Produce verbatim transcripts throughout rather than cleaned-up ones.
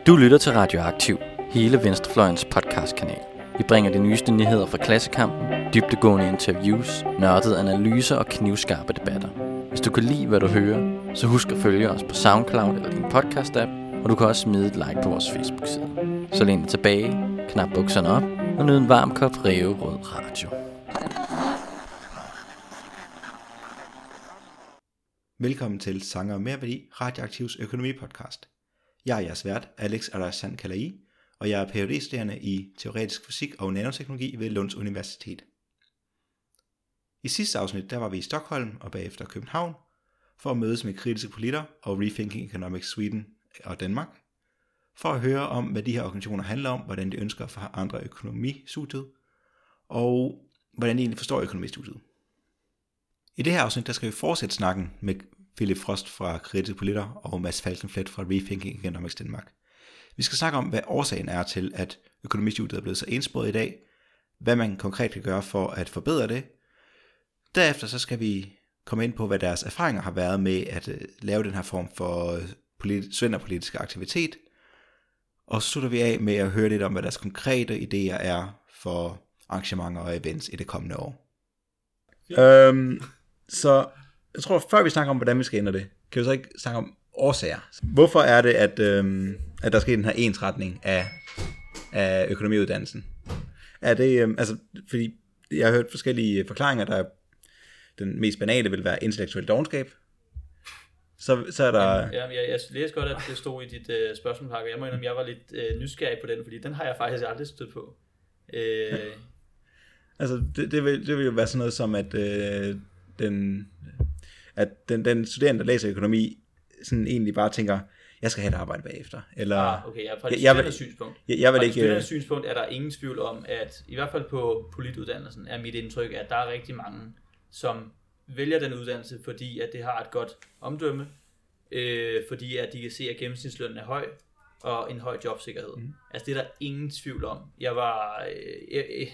Du lytter til Radioaktiv, hele Venstrefløjens podcastkanal. Vi bringer de nyeste nyheder fra klassekampen, dybdegående interviews, nørdede analyser og knivskarpe debatter. Hvis du kan lide, hvad du hører, så husk at følge os på SoundCloud eller din podcast-app, og du kan også smide et like på vores Facebook-side. Så læn dig tilbage, knap bukserne op og nyd en varm kop ræverød radio. Velkommen til Sanger og Mere Værdi, Radioaktivs økonomipodcast. Jeg er jeres vært, Alex Alassan Kalai, og jeg er P H D-studerende i teoretisk fysik og nanoteknologi ved Lunds Universitet. I sidste afsnit der var vi i Stockholm og bagefter København for at mødes med kritiske politikere og Rethinking Economics Sweden og Danmark, for at høre om, hvad de her organisationer handler om, hvordan de ønsker at forandre økonomistudiet, og hvordan de egentlig forstår økonomistudiet. I det her afsnit der skal vi fortsætte snakken med Philip Frost fra Kritiske Politikere og Mads Falkenflet fra Rethinking Economics Danmark. Vi skal snakke om, hvad årsagen er til, at økonomistudiet er blevet så ensporet i dag, hvad man konkret kan gøre for at forbedre det. Derefter så skal vi komme ind på, hvad deres erfaringer har været med at lave den her form for politi- studenterpolitisk aktivitet. Og så slutter vi af med at høre lidt om, hvad deres konkrete idéer er for arrangementer og events i det kommende år. Øhm, så jeg tror, før vi snakker om, hvordan vi skal ændre det, kan vi så ikke snakke om årsager. Hvorfor er det, at, øhm, at der sker den her ensretning af, af økonomiuddannelsen? Er det, øhm, altså, fordi jeg har hørt forskellige forklaringer, der er, den mest banale vil være intellektuel dovenskab. Så, så er der... Jamen, jeg, jeg læste godt, at det stod i dit øh, spørgsmålpakke. Jeg må indrømme, jeg var lidt øh, nysgerrig på den, fordi den har jeg faktisk aldrig stødt på. Øh... altså, det, det, vil, det vil jo være sådan noget som, at, øh, den, at den, den studerende, der læser økonomi, sådan egentlig bare tænker, jeg skal have et arbejde bagefter. Eller, ah, okay, ja, fra det studerende synspunkt. Jeg, jeg vil fra ikke, det studerende synspunkt er der ingen tvivl om, at i hvert fald på polituddannelsen er mit indtryk, at der er rigtig mange, som vælger den uddannelse, fordi at det har et godt omdømme, øh, fordi at de kan se, at gennemsnitslønnen er høj, og en høj jobsikkerhed. Mm. Altså det er der ingen tvivl om. Jeg var... Øh, øh,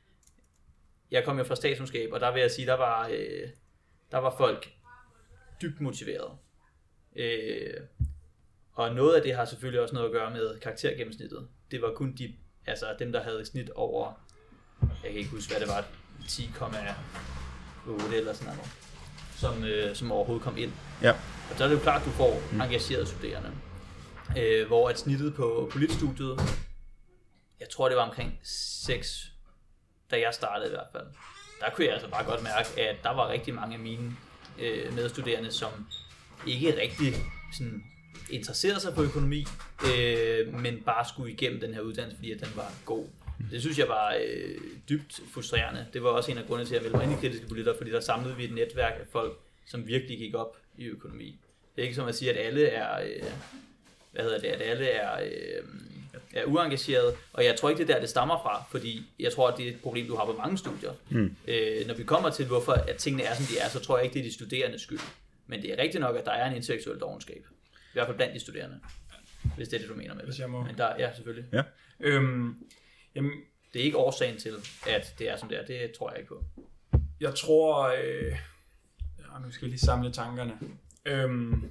jeg kom jo fra statskundskab, og der vil jeg sige, der var, øh, der var folk dybt motiverede. Øh, og noget af det har selvfølgelig også noget at gøre med karaktergennemsnittet. Det var kun de, altså dem, der havde et snit over, jeg kan ikke huske, hvad det var, ti komma otte eller sådan noget, som, øh, som overhovedet kom ind. Ja. Og så er det jo klart, at du får mm. engagerede studerende. Øh, hvor at snittet på politstudiet, jeg tror det var omkring seks, da jeg startede i hvert fald. Der kunne jeg altså bare godt mærke, at der var rigtig mange af mine øh, medstuderende, som ikke rigtig sådan, interesserede sig for økonomi, øh, men bare skulle igennem den her uddannelse, fordi at den var god. Det synes jeg var øh, dybt frustrerende. Det var også en af grundene til, at jeg ville være ind i kritiske politikere, fordi der samlede vi et netværk af folk, som virkelig gik op i økonomi. Det er ikke som at sige, at alle er, øh, hvad hedder det, at alle er, øh, er uengagerede, og jeg tror ikke, det er der, det stammer fra, fordi jeg tror, at det er et problem, du har på mange studier. Mm. Øh, når vi kommer til, hvorfor at tingene er, som de er, så tror jeg ikke, det er de studerendes skyld. Men det er rigtigt nok, at der er en intellektuel dovenskab. I hvert fald blandt de studerende. Hvis det er det, du mener med det. Men der, ja, selvfølgelig. Ja. Øhm, jamen, det er ikke årsagen til, at det er, som det er. Det tror jeg ikke på. Jeg tror... Øh, ja, nu skal jeg lige samle tankerne. Øhm,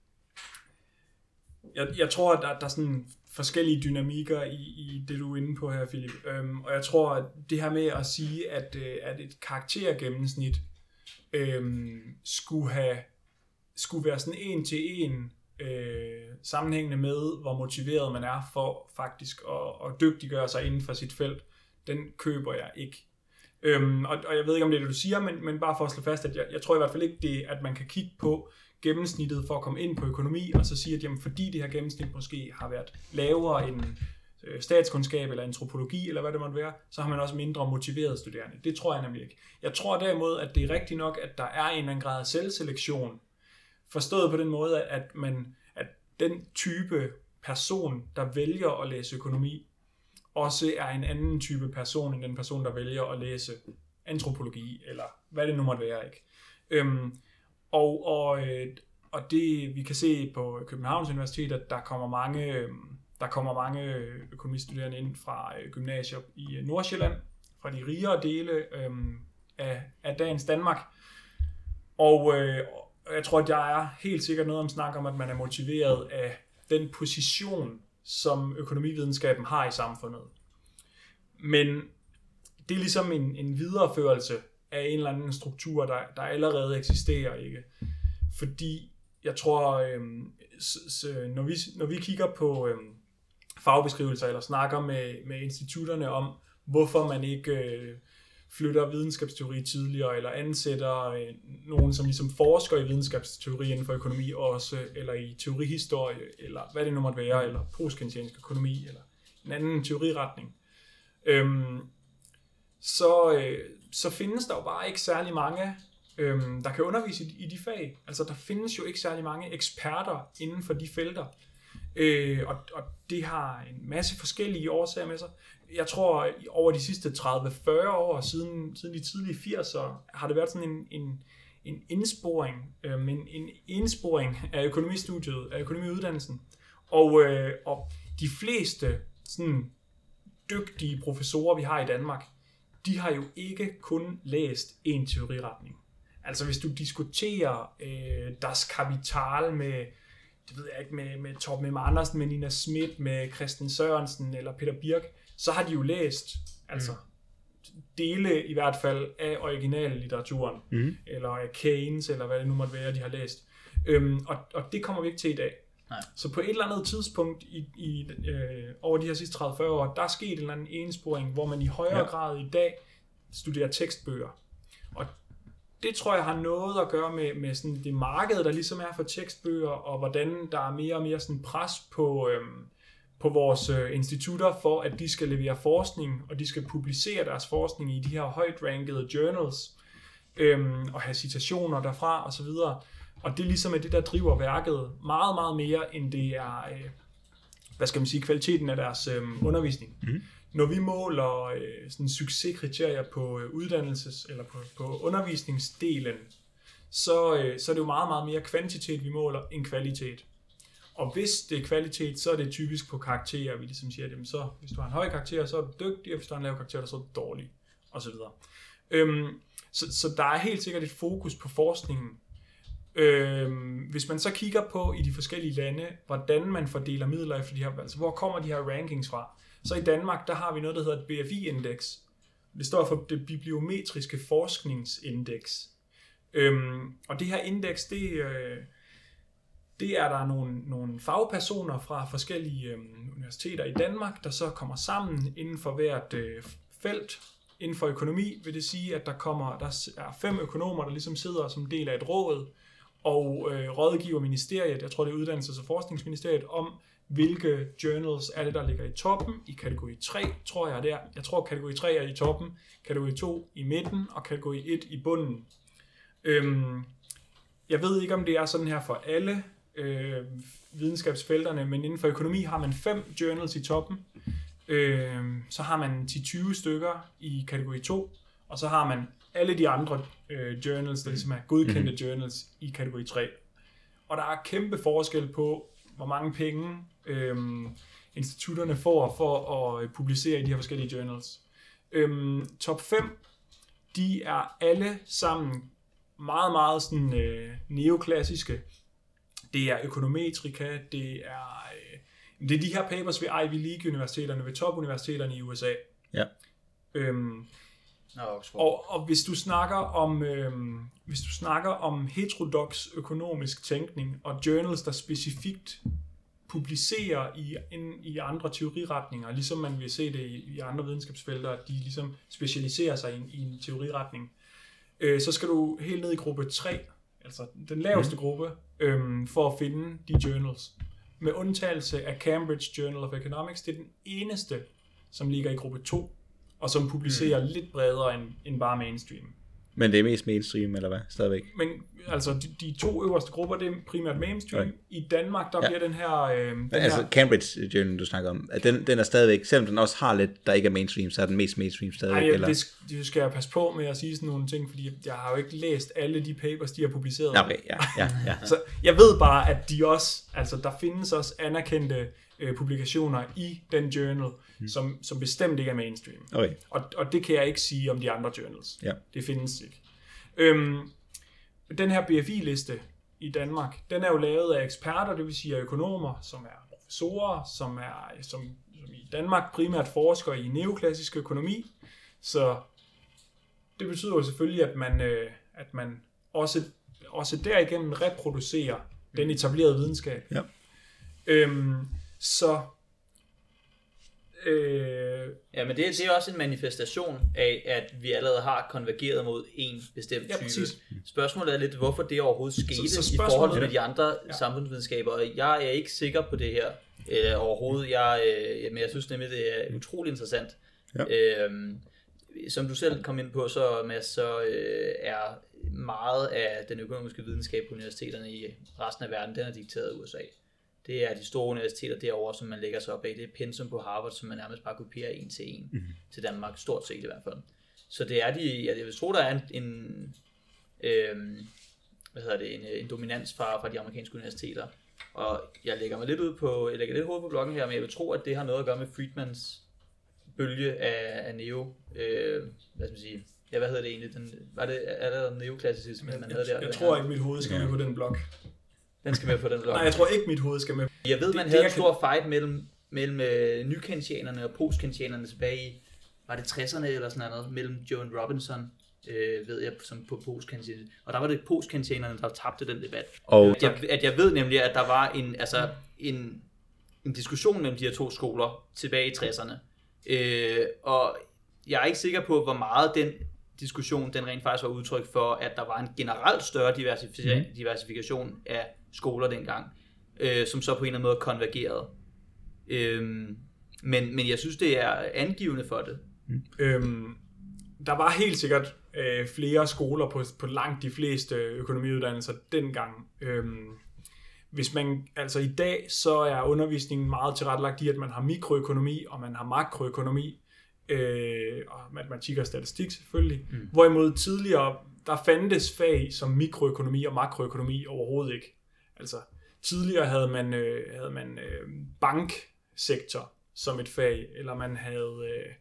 jeg, jeg tror, at der, der er sådan forskellige dynamikker i, i det, du er inde på her, Philip. Øhm, og jeg tror, at det her med at sige, at, at et karaktergennemsnit øhm, skulle have skulle være sådan en til en øh, sammenhængende med, hvor motiveret man er for faktisk at, at dygtiggøre sig inden for sit felt, den køber jeg ikke. Øhm, og, og jeg ved ikke, om det er det, du siger, men, men bare for at slå fast, at jeg, jeg tror i hvert fald ikke, det, at man kan kigge på gennemsnittet for at komme ind på økonomi, og så sige, at jamen, fordi det her gennemsnit måske har været lavere end øh, statskundskab eller antropologi, eller hvad det måtte være, så har man også mindre motiverede studerende. Det tror jeg nemlig ikke. Jeg tror derimod, at det er rigtigt nok, at der er en eller anden grad af selvselektion, forstået på den måde, at, man, at den type person, der vælger at læse økonomi, også er en anden type person, end den person, der vælger at læse antropologi, eller hvad det nu måtte være, ikke? Øhm, og, og, og det, vi kan se på Københavns Universitet, at der kommer mange, der kommer mange økonomistuderende ind fra gymnasier i Nordsjælland, fra de rigere dele øhm, af, af dagens Danmark. Og øh, jeg tror, at jeg er helt sikkert noget om snak om, at man er motiveret af den position, som økonomividenskaben har i samfundet. Men det er ligesom en, en videreførelse af en eller anden struktur, der, der allerede eksisterer, ikke? Fordi jeg tror, øhm, s, s, når, vi, når vi kigger på øhm, fagbeskrivelser eller snakker med, med institutterne om, hvorfor man ikke øh, flytter videnskabsteori tidligere, eller ansætter øh, nogen, som ligesom forsker i videnskabsteori inden for økonomi også, eller i teorihistorie, eller hvad det nu måtte være, eller postkeynesiansk økonomi, eller en anden teoriretning, øhm, så, øh, så findes der jo bare ikke særlig mange, øh, der kan undervise i, i de fag. Altså der findes jo ikke særlig mange eksperter inden for de felter. Øh, og, og det har en masse forskellige årsager med sig. Jeg tror, over de sidste tredive til fyrre år, siden, siden de tidlige firsere, har det været sådan en, en, en indsporing, øh, en, en indsporing af økonomistudiet, af økonomiuddannelsen. Og, øh, og de fleste sådan, dygtige professorer, vi har i Danmark, de har jo ikke kun læst en teoriretning. Altså hvis du diskuterer øh, Das Kapital med, det ved jeg ikke, med, med Torben M. Andersen, med Nina Schmidt, med Christian Sørensen eller Peter Birk, så har de jo læst altså mm. dele i hvert fald af originallitteraturen, mm. eller af Keynes, eller hvad det nu måtte være, de har læst. Øhm, og, og det kommer vi ikke til i dag. Nej. Så på et eller andet tidspunkt i, i, øh, over de her sidste tredive til fyrre år, der er sket en eller anden ensporing, hvor man i højere ja. grad i dag studerer tekstbøger. Og det tror jeg har noget at gøre med, med sådan det marked, der ligesom er for tekstbøger, og hvordan der er mere og mere sådan pres på, øhm, på vores øh, institutter for, at de skal levere forskning, og de skal publicere deres forskning i de her højt rankede journals, øhm, og have citationer derfra osv. Og det ligesom er det, der driver værket meget, meget mere, end det er, øh, hvad skal man sige, kvaliteten af deres øh, undervisning. Mm. Når vi måler øh, sådan succeskriterier på øh, uddannelses- eller på, på undervisningsdelen, så, øh, så er det jo meget, meget mere kvantitet, vi måler, end kvalitet. Og hvis det er kvalitet, så er det typisk på karakterer, vi ligesom siger, jamen så hvis du har en høj karakter, så er du dygtig, og hvis du har en lav karakter, så er du dårlig, osv. Øhm, så, så der er helt sikkert et fokus på forskningen. Øhm, hvis man så kigger på i de forskellige lande, hvordan man fordeler midler efter de her, altså hvor kommer de her rankings fra, så i Danmark, der har vi noget, der hedder et B F I-indeks. Det står for det bibliometriske forskningsindeks. Øhm, og det her indeks, det, øh, det er der nogle, nogle fagpersoner fra forskellige øh, universiteter i Danmark, der så kommer sammen inden for hvert øh, felt. Inden for økonomi vil det sige, at der kommer der er fem økonomer, der ligesom sidder som del af et råd, og øh, rådgiver ministeriet, jeg tror det er Uddannelses- og Forskningsministeriet, om hvilke journals er det, der ligger i toppen i kategori tre, tror jeg det er. Jeg tror kategori tre er i toppen, kategori to i midten, og kategori et i bunden. Øhm, jeg ved ikke, om det er sådan her for alle øh, videnskabsfelterne, men inden for økonomi har man fem journals i toppen. Øh, så har man ti til tyve stykker i kategori to, og så har man alle de andre øh, journals, der ligesom er godkendte mm-hmm. journals i kategori tre. Og der er kæmpe forskel på, hvor mange penge øh, institutterne får for at publicere i de her forskellige journals. Øh, top fem, de er alle sammen meget, meget sådan, øh, neoklassiske. Det er økonometrika, det er... Øh, Det er de her papers ved Ivy League-universiteterne, ved topuniversiteterne i U S A. Ja. Øhm, og, og hvis du snakker om øhm, hvis du snakker om heterodox økonomisk tænkning og journals, der specifikt publicerer i, in, i andre teoriretninger, ligesom man vil se det i, i andre videnskabsfelter, at de ligesom specialiserer sig i, i en teoriretning, øh, så skal du helt ned i gruppe tre, altså den laveste mm. gruppe, øhm, for at finde de journals. Med undtagelse af Cambridge Journal of Economics, det er den eneste, som ligger i gruppe to, og som publicerer mm. lidt bredere end, end bare mainstream. Men det er mest mainstream, eller hvad? Stadigvæk? Men altså, de, de to øverste grupper, det er primært mainstream. Okay. I Danmark, der ja. bliver den her... Øh, den altså her... Cambridge Journal, du snakker om, den, den er stadigvæk, selvom den også har lidt, der ikke er mainstream, så er den mest mainstream stadigvæk. Nej, eller? det, det skal jeg passe på med at sige sådan nogle ting, fordi jeg har jo ikke læst alle de papers, de har publiceret. Okay, ja, ja, ja. Så jeg ved bare, at de også, altså der findes også anerkendte øh, publikationer i den journal, hmm. som, som bestemt ikke er mainstream. Okay. Og, og det kan jeg ikke sige om de andre journals. Ja. Det findes ikke. Øhm, den her B F I-liste i Danmark, den er jo lavet af eksperter, det vil sige økonomer, som er professorer, som er som, som i Danmark primært forsker i neoklassisk økonomi. Så det betyder jo selvfølgelig, at man, øh, at man også, også derigennem reproducerer den etablerede videnskab. Ja. Øhm, så øh, Ja, men det, det er også en manifestation af, at vi allerede har konvergeret mod en bestemt Ja, type. præcis. Spørgsmålet er lidt, hvorfor det overhovedet skete Så- så i forhold til spørgsmålet- de andre Ja. samfundsvidenskaber. Og jeg er ikke sikker på det her øh, overhovedet. Jeg, øh, men jeg synes nemlig, det er utrolig interessant. Ja. Øhm, som du selv kom ind på, så, Mads, så øh, er meget af den økonomiske videnskab på universiteterne i resten af verden, den er dikteret af U S A. Det er de store universiteter derovre, som man lægger sig op af. Det er pensum på Harvard, som man nærmest bare kopierer en til en mm-hmm. til Danmark, stort set i hvert fald. Så det er de, jeg vil tro, der er en, en, øhm, hvad hedder det, en, en dominans fra, fra de amerikanske universiteter. Og jeg lægger mig lidt ud på, jeg lægger lidt hoved på blokken her, men jeg vil tro, at det har noget at gøre med Friedmans bølge af, af neo, øh, hvad skal man sige, ja, hvad hedder det egentlig? Den, var det, er der neoklassicisme, man jeg, havde der? jeg, jeg tror ikke, mit hoved skal med på den blok. Den skal med på den blok. Nej, jeg tror ikke, mit hoved skal med. Jeg ved, man det, havde det, en stor fight mellem, mellem øh, nykensianerne og postkensianerne tilbage i, var det tresserne eller sådan noget, mellem Joan Robinson, øh, ved jeg, som på postkensianerne. Og der var det postkensianerne, der tabte den debat. Og At jeg, at jeg ved nemlig, at der var en, altså, en, en diskussion mellem de her to skoler tilbage i tresserne. Øh, og jeg er ikke sikker på, hvor meget den diskussion, den rent faktisk var udtryk for, at der var en generelt større diversifi- mm. diversifikation af skoler dengang, øh, som så på en eller anden måde konvergerede. Øh, men, men jeg synes, det er angivende for det. Mm. Øhm, der var helt sikkert øh, flere skoler på, på langt de fleste økonomiuddannelser dengang. Øhm, hvis man, altså i dag, så er undervisningen meget tilrettelagt i, at man har mikroøkonomi, og man har makroøkonomi, øh, og matematik og statistik selvfølgelig. Mm. Hvorimod tidligere, der fandtes fag som mikroøkonomi og makroøkonomi overhovedet ikke. Altså tidligere havde man, øh, havde man øh, banksektor som et fag, eller man havde øh,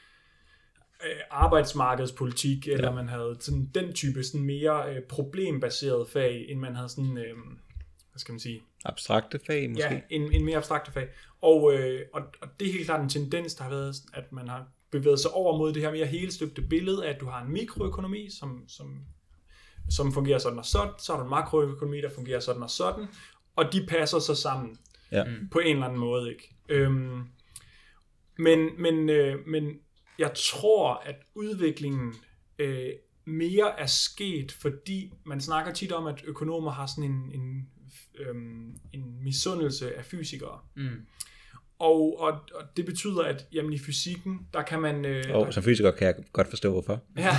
øh, arbejdsmarkedspolitik, eller ja. man havde sådan den type sådan mere øh, problembaseret fag, end man havde sådan, øh, hvad skal man sige? abstrakte fag måske? Ja, en, en mere abstrakte fag. Og, øh, og, og det er helt klart en tendens, der har været, at man har bevæget sig over mod det her mere helstøbte billede, at du har en mikroøkonomi, som, som, som fungerer sådan og sådan, så er der en makroøkonomi, der fungerer sådan og sådan, og de passer sig sammen Ja. på en eller anden måde, ikke? Øhm, men, men, øh, men jeg tror, at udviklingen øh, mere er sket, fordi man snakker tit om, at økonomer har sådan en, en, øhm, en misundelse af fysikere. Mm. Og, og, og det betyder, at jamen, i fysikken, der kan man... Øh, Og der, som fysiker kan jeg godt forstå, hvorfor. ja,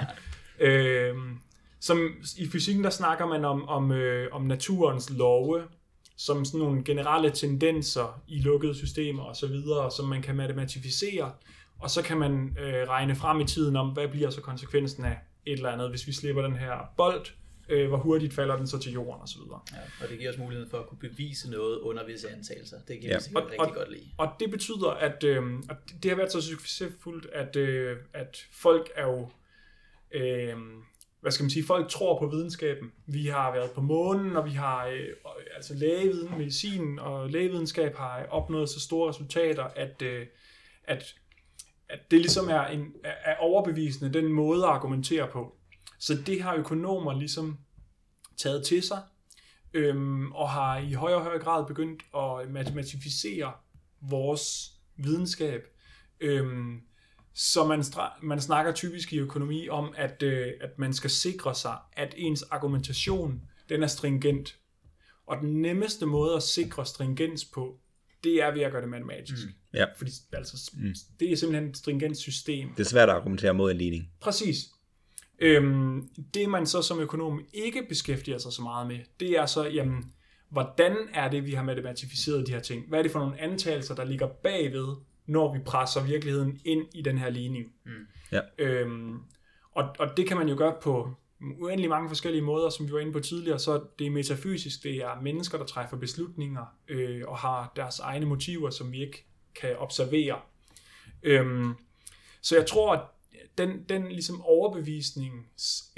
øh, som i fysikken, der snakker man om, om, øh, om naturens love, som sådan nogle generelle tendenser i lukkede systemer og så videre, som man kan matematificere, og så kan man øh, regne frem i tiden om, hvad bliver så konsekvensen af et eller andet, hvis vi slipper den her bold, øh, hvor hurtigt falder den så til jorden og så videre. Ja, og det giver os muligheden for at kunne bevise noget under visse antagelser. Det kan Ja. vi sikkert Og- rigtig og- godt lide. Og det betyder, at, øh, at det har været så succesfuldt, at, øh, at folk er jo, øh, hvad skal man sige, folk tror på videnskaben. Vi har været på månen, og vi har, øh, altså lægeviden, medicin og lægevidenskab har opnået så store resultater, at, øh, at, at det ligesom er, en, er overbevisende, den måde at argumentere på. Så det har økonomer ligesom taget til sig, øhm, og har i højere og højere grad begyndt at matematificere vores videnskab. Øhm, så man, stra- man snakker typisk i økonomi om, at, øh, at man skal sikre sig, at ens argumentation, den er stringent. Og den nemmeste måde at sikre stringens på, det er ved at gøre det matematisk. Mm. Ja. Fordi altså, mm. det er simpelthen et stringent system. Det er svært at argumentere mod en ligning. Præcis. Øhm, det man så som økonom ikke beskæftiger sig så meget med, det er så, jamen, hvordan er det, vi har matematificeret de her ting? Hvad er det for nogle antagelser, der ligger bagved, når vi presser virkeligheden ind i den her ligning? Mm. Ja. Øhm, og, og det kan man jo gøre på uendelig mange forskellige måder, som vi var inde på tidligere. Så det er metafysisk, det er mennesker, der træffer beslutninger øh, og har deres egne motiver, som vi ikke kan observere. Øhm, så jeg tror, at den, den ligesom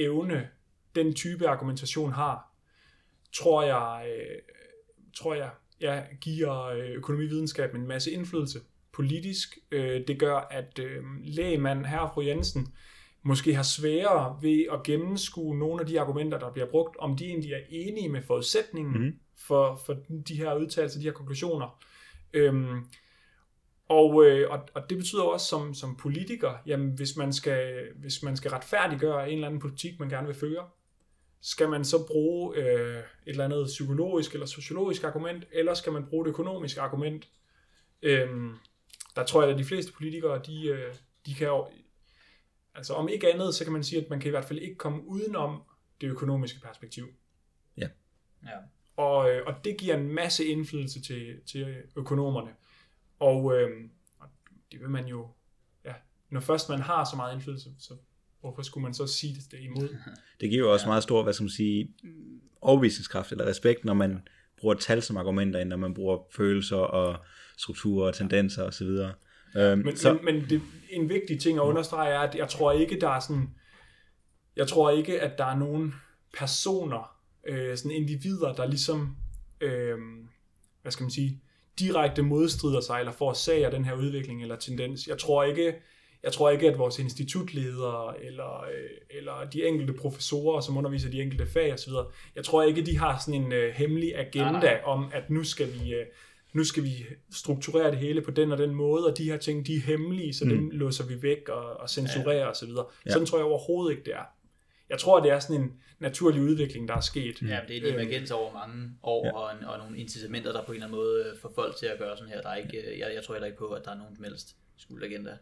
overbevisningsevne, den type argumentation har, tror jeg, øh, tror jeg ja, giver økonomividenskaben en masse indflydelse politisk. Det gør, at lægmand herre og fru Jensen måske har sværere ved at gennemskue nogle af de argumenter, der bliver brugt, om de egentlig er enige med forudsætningen mm. for, for de her udtalelser, de her konklusioner. Øhm, og, øh, og, og det betyder også som, som politiker, jamen hvis man, skal, hvis man skal retfærdiggøre en eller anden politik, man gerne vil føre, skal man så bruge øh, et eller andet psykologisk eller sociologisk argument, eller skal man bruge det økonomiske argument? Øhm, der tror jeg, at de fleste politikere, de, øh, de kan jo, altså om ikke andet, så kan man sige, at man kan i hvert fald ikke komme udenom det økonomiske perspektiv. Ja. Ja. Og, og det giver en masse indflydelse til, til økonomerne. Og, øh, og det vil man jo, ja, når først man har så meget indflydelse, så hvorfor skulle man så sige det imod? Det giver jo også ja. meget stor, hvad skal man sige, overbevisningskraft eller respekt, når man bruger tal som argumenter, når man bruger følelser og strukturer og tendenser osv. Øhm, men så... men, men det, en vigtig ting at understrege er, at jeg tror ikke, der er sådan, jeg tror ikke, at der er nogen personer, øh, sådan individer, der ligesom, øh, hvad skal man sige, direkte modstrider sig, eller forårsager den her udvikling eller tendens. Jeg tror ikke, jeg tror ikke at vores institutledere, eller, øh, eller de enkelte professorer, som underviser de enkelte fag osv., jeg tror ikke, de har sådan en øh, hemmelig agenda nej, nej. om, at nu skal vi... Øh, nu skal vi strukturere det hele på den og den måde, og de her ting, de er hemmelige, så mm. dem låser vi væk og, og censurerer ja. og så videre. Ja. Sådan tror jeg overhovedet ikke, det er. Jeg tror, det er sådan en naturlig udvikling, der er sket. Ja, det er en emergens over mange år, ja. og, en, og nogle incitamenter, der på en eller anden måde får folk til at gøre sådan her. Der er ikke, jeg, jeg tror heller ikke på, at der er nogen som helst skuldagenda.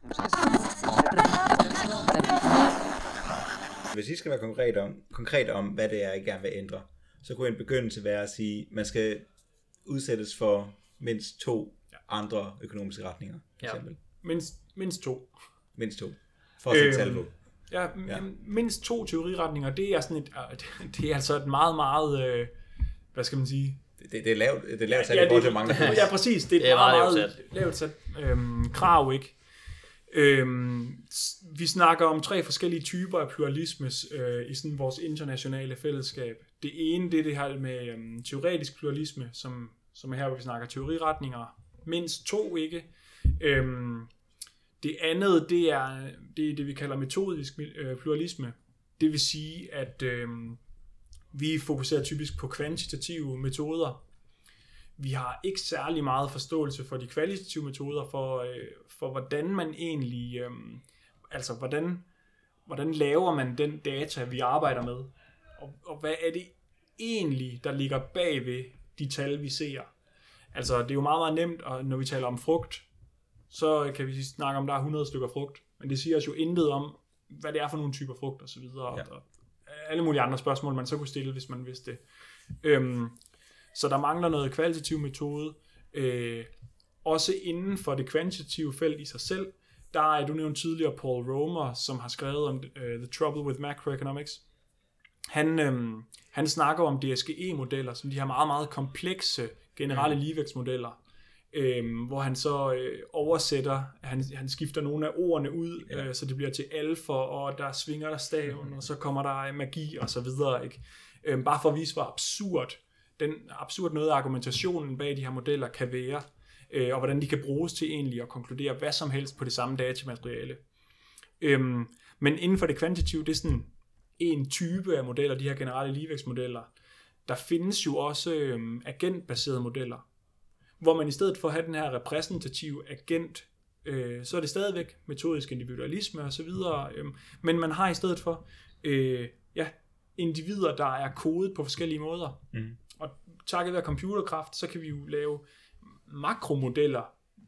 Hvis I skal være konkret om, konkret om, hvad det er, I gerne vil ændre, så kunne en begyndelse være at sige, at man skal udsættes for mindst to ja. andre økonomiske retninger, for ja. eksempel. Mindst, mindst to. Mindst to. For at sætte tal på. Ja, ja, mindst to teoriretninger, det er sådan et, det er altså et meget, meget, øh, hvad skal man sige? Det, det, det er lavt, det er lavt sat ja, i forhold til mange. Ja, præcis. Det er et det er meget, meget lavt sat øhm, krav, ikke? Øhm, vi snakker om tre forskellige typer af pluralisme øh, i sådan vores internationale fællesskab. Det ene, det er det her med øhm, teoretisk pluralisme, som, som er her, hvor vi snakker teoriretninger. Mindst to, ikke? Øhm, det andet, det er, det er det, vi kalder metodisk øh, pluralisme. Det vil sige, at øh, vi fokuserer typisk på kvantitative metoder. Vi har ikke særlig meget forståelse for de kvalitative metoder, for, øh, for hvordan man egentlig, øh, altså hvordan, hvordan laver man den data, vi arbejder med, og, og hvad er det egentlig, der ligger bagved de tal, vi ser. Altså det er jo meget, meget nemt, og når vi taler om frugt, så kan vi snakke om, der er hundrede stykker frugt, men det siger os jo intet om, hvad det er for nogle typer frugt og så videre, ja. og alle mulige andre spørgsmål, man så kunne stille, hvis man vidste det. Øhm, så der mangler noget kvalitativ metode. Øh, også inden for det kvantitative felt i sig selv, der er, du nævnte tidligere Paul Romer, som har skrevet om uh, The Trouble with Macroeconomics. Han, øhm, han snakker om D S G E-modeller, som de her meget, meget komplekse generelle mm. ligevægtsmodeller, øhm, hvor han så øh, oversætter, han, han skifter nogle af ordene ud, ja. øh, så det bliver til alfa, og der svinger der staven, mm. og så kommer der magi og så videre, ikke? Øhm, bare for at vise, hvor absurd, den absurd noget af argumentationen bag de her modeller kan være, øh, og hvordan de kan bruges til egentlig at konkludere hvad som helst på det samme datamateriale. Øhm, men inden for det kvantitative, det er sådan en type af modeller, de her generelle ligevægtsmodeller. Der findes jo også øhm, agentbaserede modeller, hvor man i stedet for at have den her repræsentative agent, øh, så er det stadigvæk metodisk individualisme og så videre, øh, men man har i stedet for øh, ja, individer, der er kodet på forskellige måder. Mm. Og takket være computerkraft, så kan vi jo lave makromodeller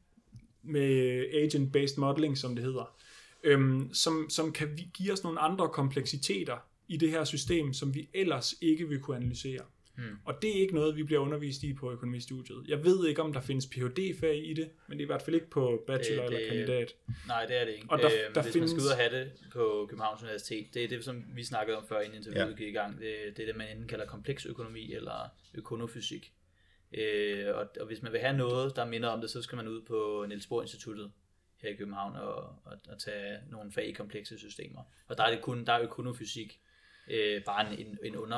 med agent-based modeling, som det hedder, øh, som, som kan give os nogle andre kompleksiteter i det her system, som vi ellers ikke vil kunne analysere. Hmm. Og det er ikke noget, vi bliver undervist i på økonomistudiet. Jeg ved ikke, om der findes P H D-fag i det, men det er i hvert fald ikke på bachelor det, det, eller kandidat. Nej, det er det ikke. Og der, øh, der hvis findes... man skal ud og have det på Københavns Universitet, det er det, som vi snakkede om før, inden interviewet gik i gang. Det, det er det, man enten kalder kompleks økonomi eller økonofysik. Øh, og, og hvis man vil have noget, der minder om det, så skal man ud på Niels Bohr Instituttet her i København og, og, og tage nogle fag i komplekse systemer. Og der er det kun der er økonofysik, øh, bare en, en under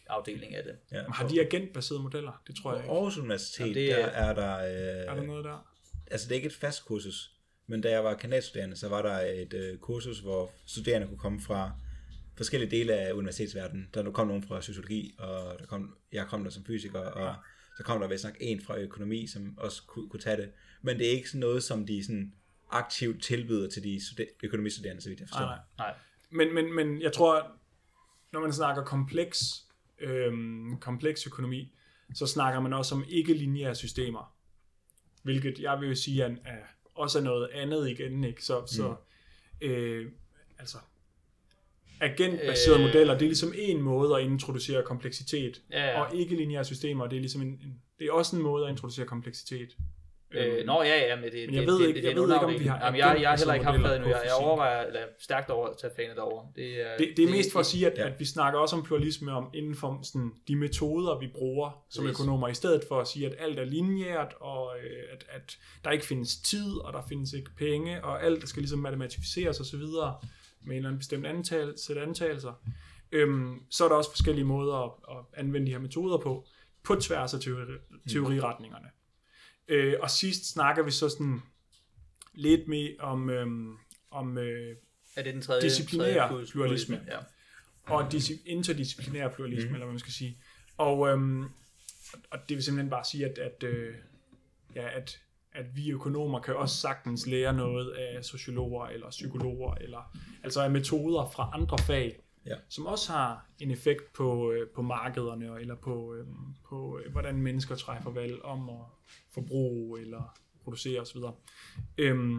afdeling af det. Ja. Har de agentbaserede modeller? Det tror jeg ikke. På Aarhus Universitet, Jamen, det er- der er der... Øh, Er der noget der? altså det er ikke et fast kursus, men da jeg var kandidatstuderende, så var der et øh, kursus, hvor studerende kunne komme fra forskellige dele af universitetsverdenen. Der kom nogen fra sociologi, og der kom, jeg kom der som fysiker, og så kom der vist nok en fra økonomi, som også kunne, kunne tage det. Men det er ikke sådan noget, som de sådan aktivt tilbyder til de studer- økonomistuderende, så vidt jeg forstår. Nej, nej. Nej. Men, men, men jeg tror, når man snakker kompleks, øhm, kompleks økonomi, så snakker man også om ikke-lineære systemer. Hvilket jeg vil jo sige er, er også er noget andet igen, ikke? Så, mm. så øh, altså agentbaserede øh, modeller, det er ligesom en måde at introducere kompleksitet, Ja, ja. og ikke-lineære systemer, det er ligesom en, en, det er også en måde at introducere kompleksitet. Øh, nå ja, ja, men det, Men jeg det, ved det, ikke- det, jeg det er ved ikke, om underafdeling. vi har Jamen, jeg, jeg har heller ikke haft agentbaserede det endnu. Jeg, jeg modeller på overvejer eller stærkt over at tage fagene derover. Det er, Det, det er mest for at sige, at, Ja. at vi snakker også om pluralisme om inden for sådan, de metoder, vi bruger som Præcis. økonomer, i stedet for at sige, at alt er lineært, og øh, at, at der ikke findes tid, og der findes ikke penge, og alt skal ligesom matematificeres osv. med en eller anden bestemt antal, sæt antagelser. Øhm, så er der også forskellige måder at, at anvende de her metoder på, på tværs af teori, teoriretningerne. Øh, og sidst snakker vi så sådan lidt mere om, øhm, om øh, er det den tredje, disciplinær tredje pluralisme. Ja. og dis- interdisciplinær pluralisme, Mhm. eller hvad man skal sige. Og, øhm, og det vil simpelthen bare sige, at, at, øh, ja, at, at vi økonomer kan også sagtens lære noget af sociologer eller psykologer, eller altså af metoder fra andre fag, Ja. som også har en effekt på, øh, på markederne, eller på, øh, på øh, hvordan mennesker træffer valg om at forbruge eller producere osv. Øhm,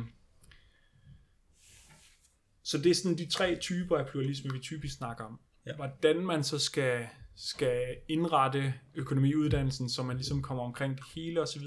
så det er sådan de tre typer af pluralisme, vi typisk snakker om. Ja. Hvordan man så skal, skal indrette økonomiuddannelsen, så man ligesom kommer omkring det hele osv.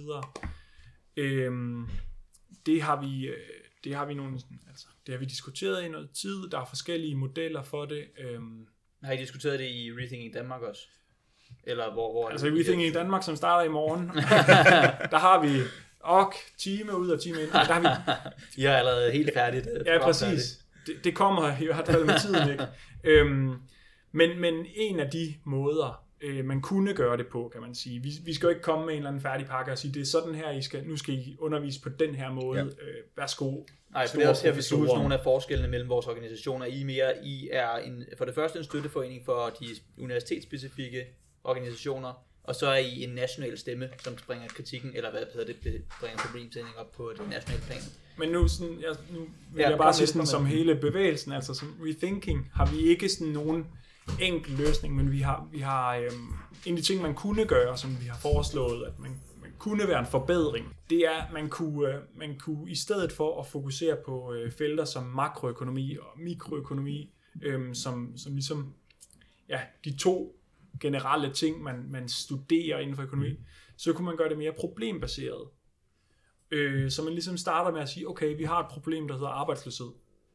Øhm, det har vi... Øh, Det har vi nogle, altså, det har vi diskuteret i noget tid. Der er forskellige modeller for det. Øhm, Har I diskuteret det i Rethinking Danmark også? Eller hvor, hvor altså i Rethinking i Danmark, som starter i morgen, der har vi ok, time ud og time ind. Der har vi, I har allerede helt færdigt. øh, ja, program færdigt. præcis. Det, det kommer i hvert fald med tiden, ikke? Øhm, men, men en af de måder, øh, man kunne gøre det på, kan man sige. Vi, vi skal jo ikke komme med en eller anden færdig pakke og sige, det er sådan her, I skal, nu skal I undervise på den her måde. Ja. Øh, værsgo. Nej, for Store det er også her, vi skal huske professorer. nogle af forskellene mellem vores organisationer. I, mere, I er en, for det første en støtteforening for de universitetsspecifikke organisationer, og så er I en national stemme, som bringer kritikken, eller hvad hedder det, bringer problemstilling op på det nationale plan. Men nu, sådan, jeg, nu vil Ja, jeg kom bare sige med, sådan, kom som med. hele bevægelsen, altså som rethinking, har vi ikke sådan nogen enkel løsning, men vi har, vi har øhm, en af de ting, man kunne gøre, som vi har foreslået, at man, man kunne være en forbedring, det er, at man kunne, øh, man kunne i stedet for at fokusere på øh, felter som makroøkonomi og mikroøkonomi, øh, som, som ligesom, ja, de to generelle ting, man, man studerer inden for økonomi, så kunne man gøre det mere problembaseret. Øh, så man ligesom starter med at sige, okay, vi har et problem, der hedder arbejdsløshed.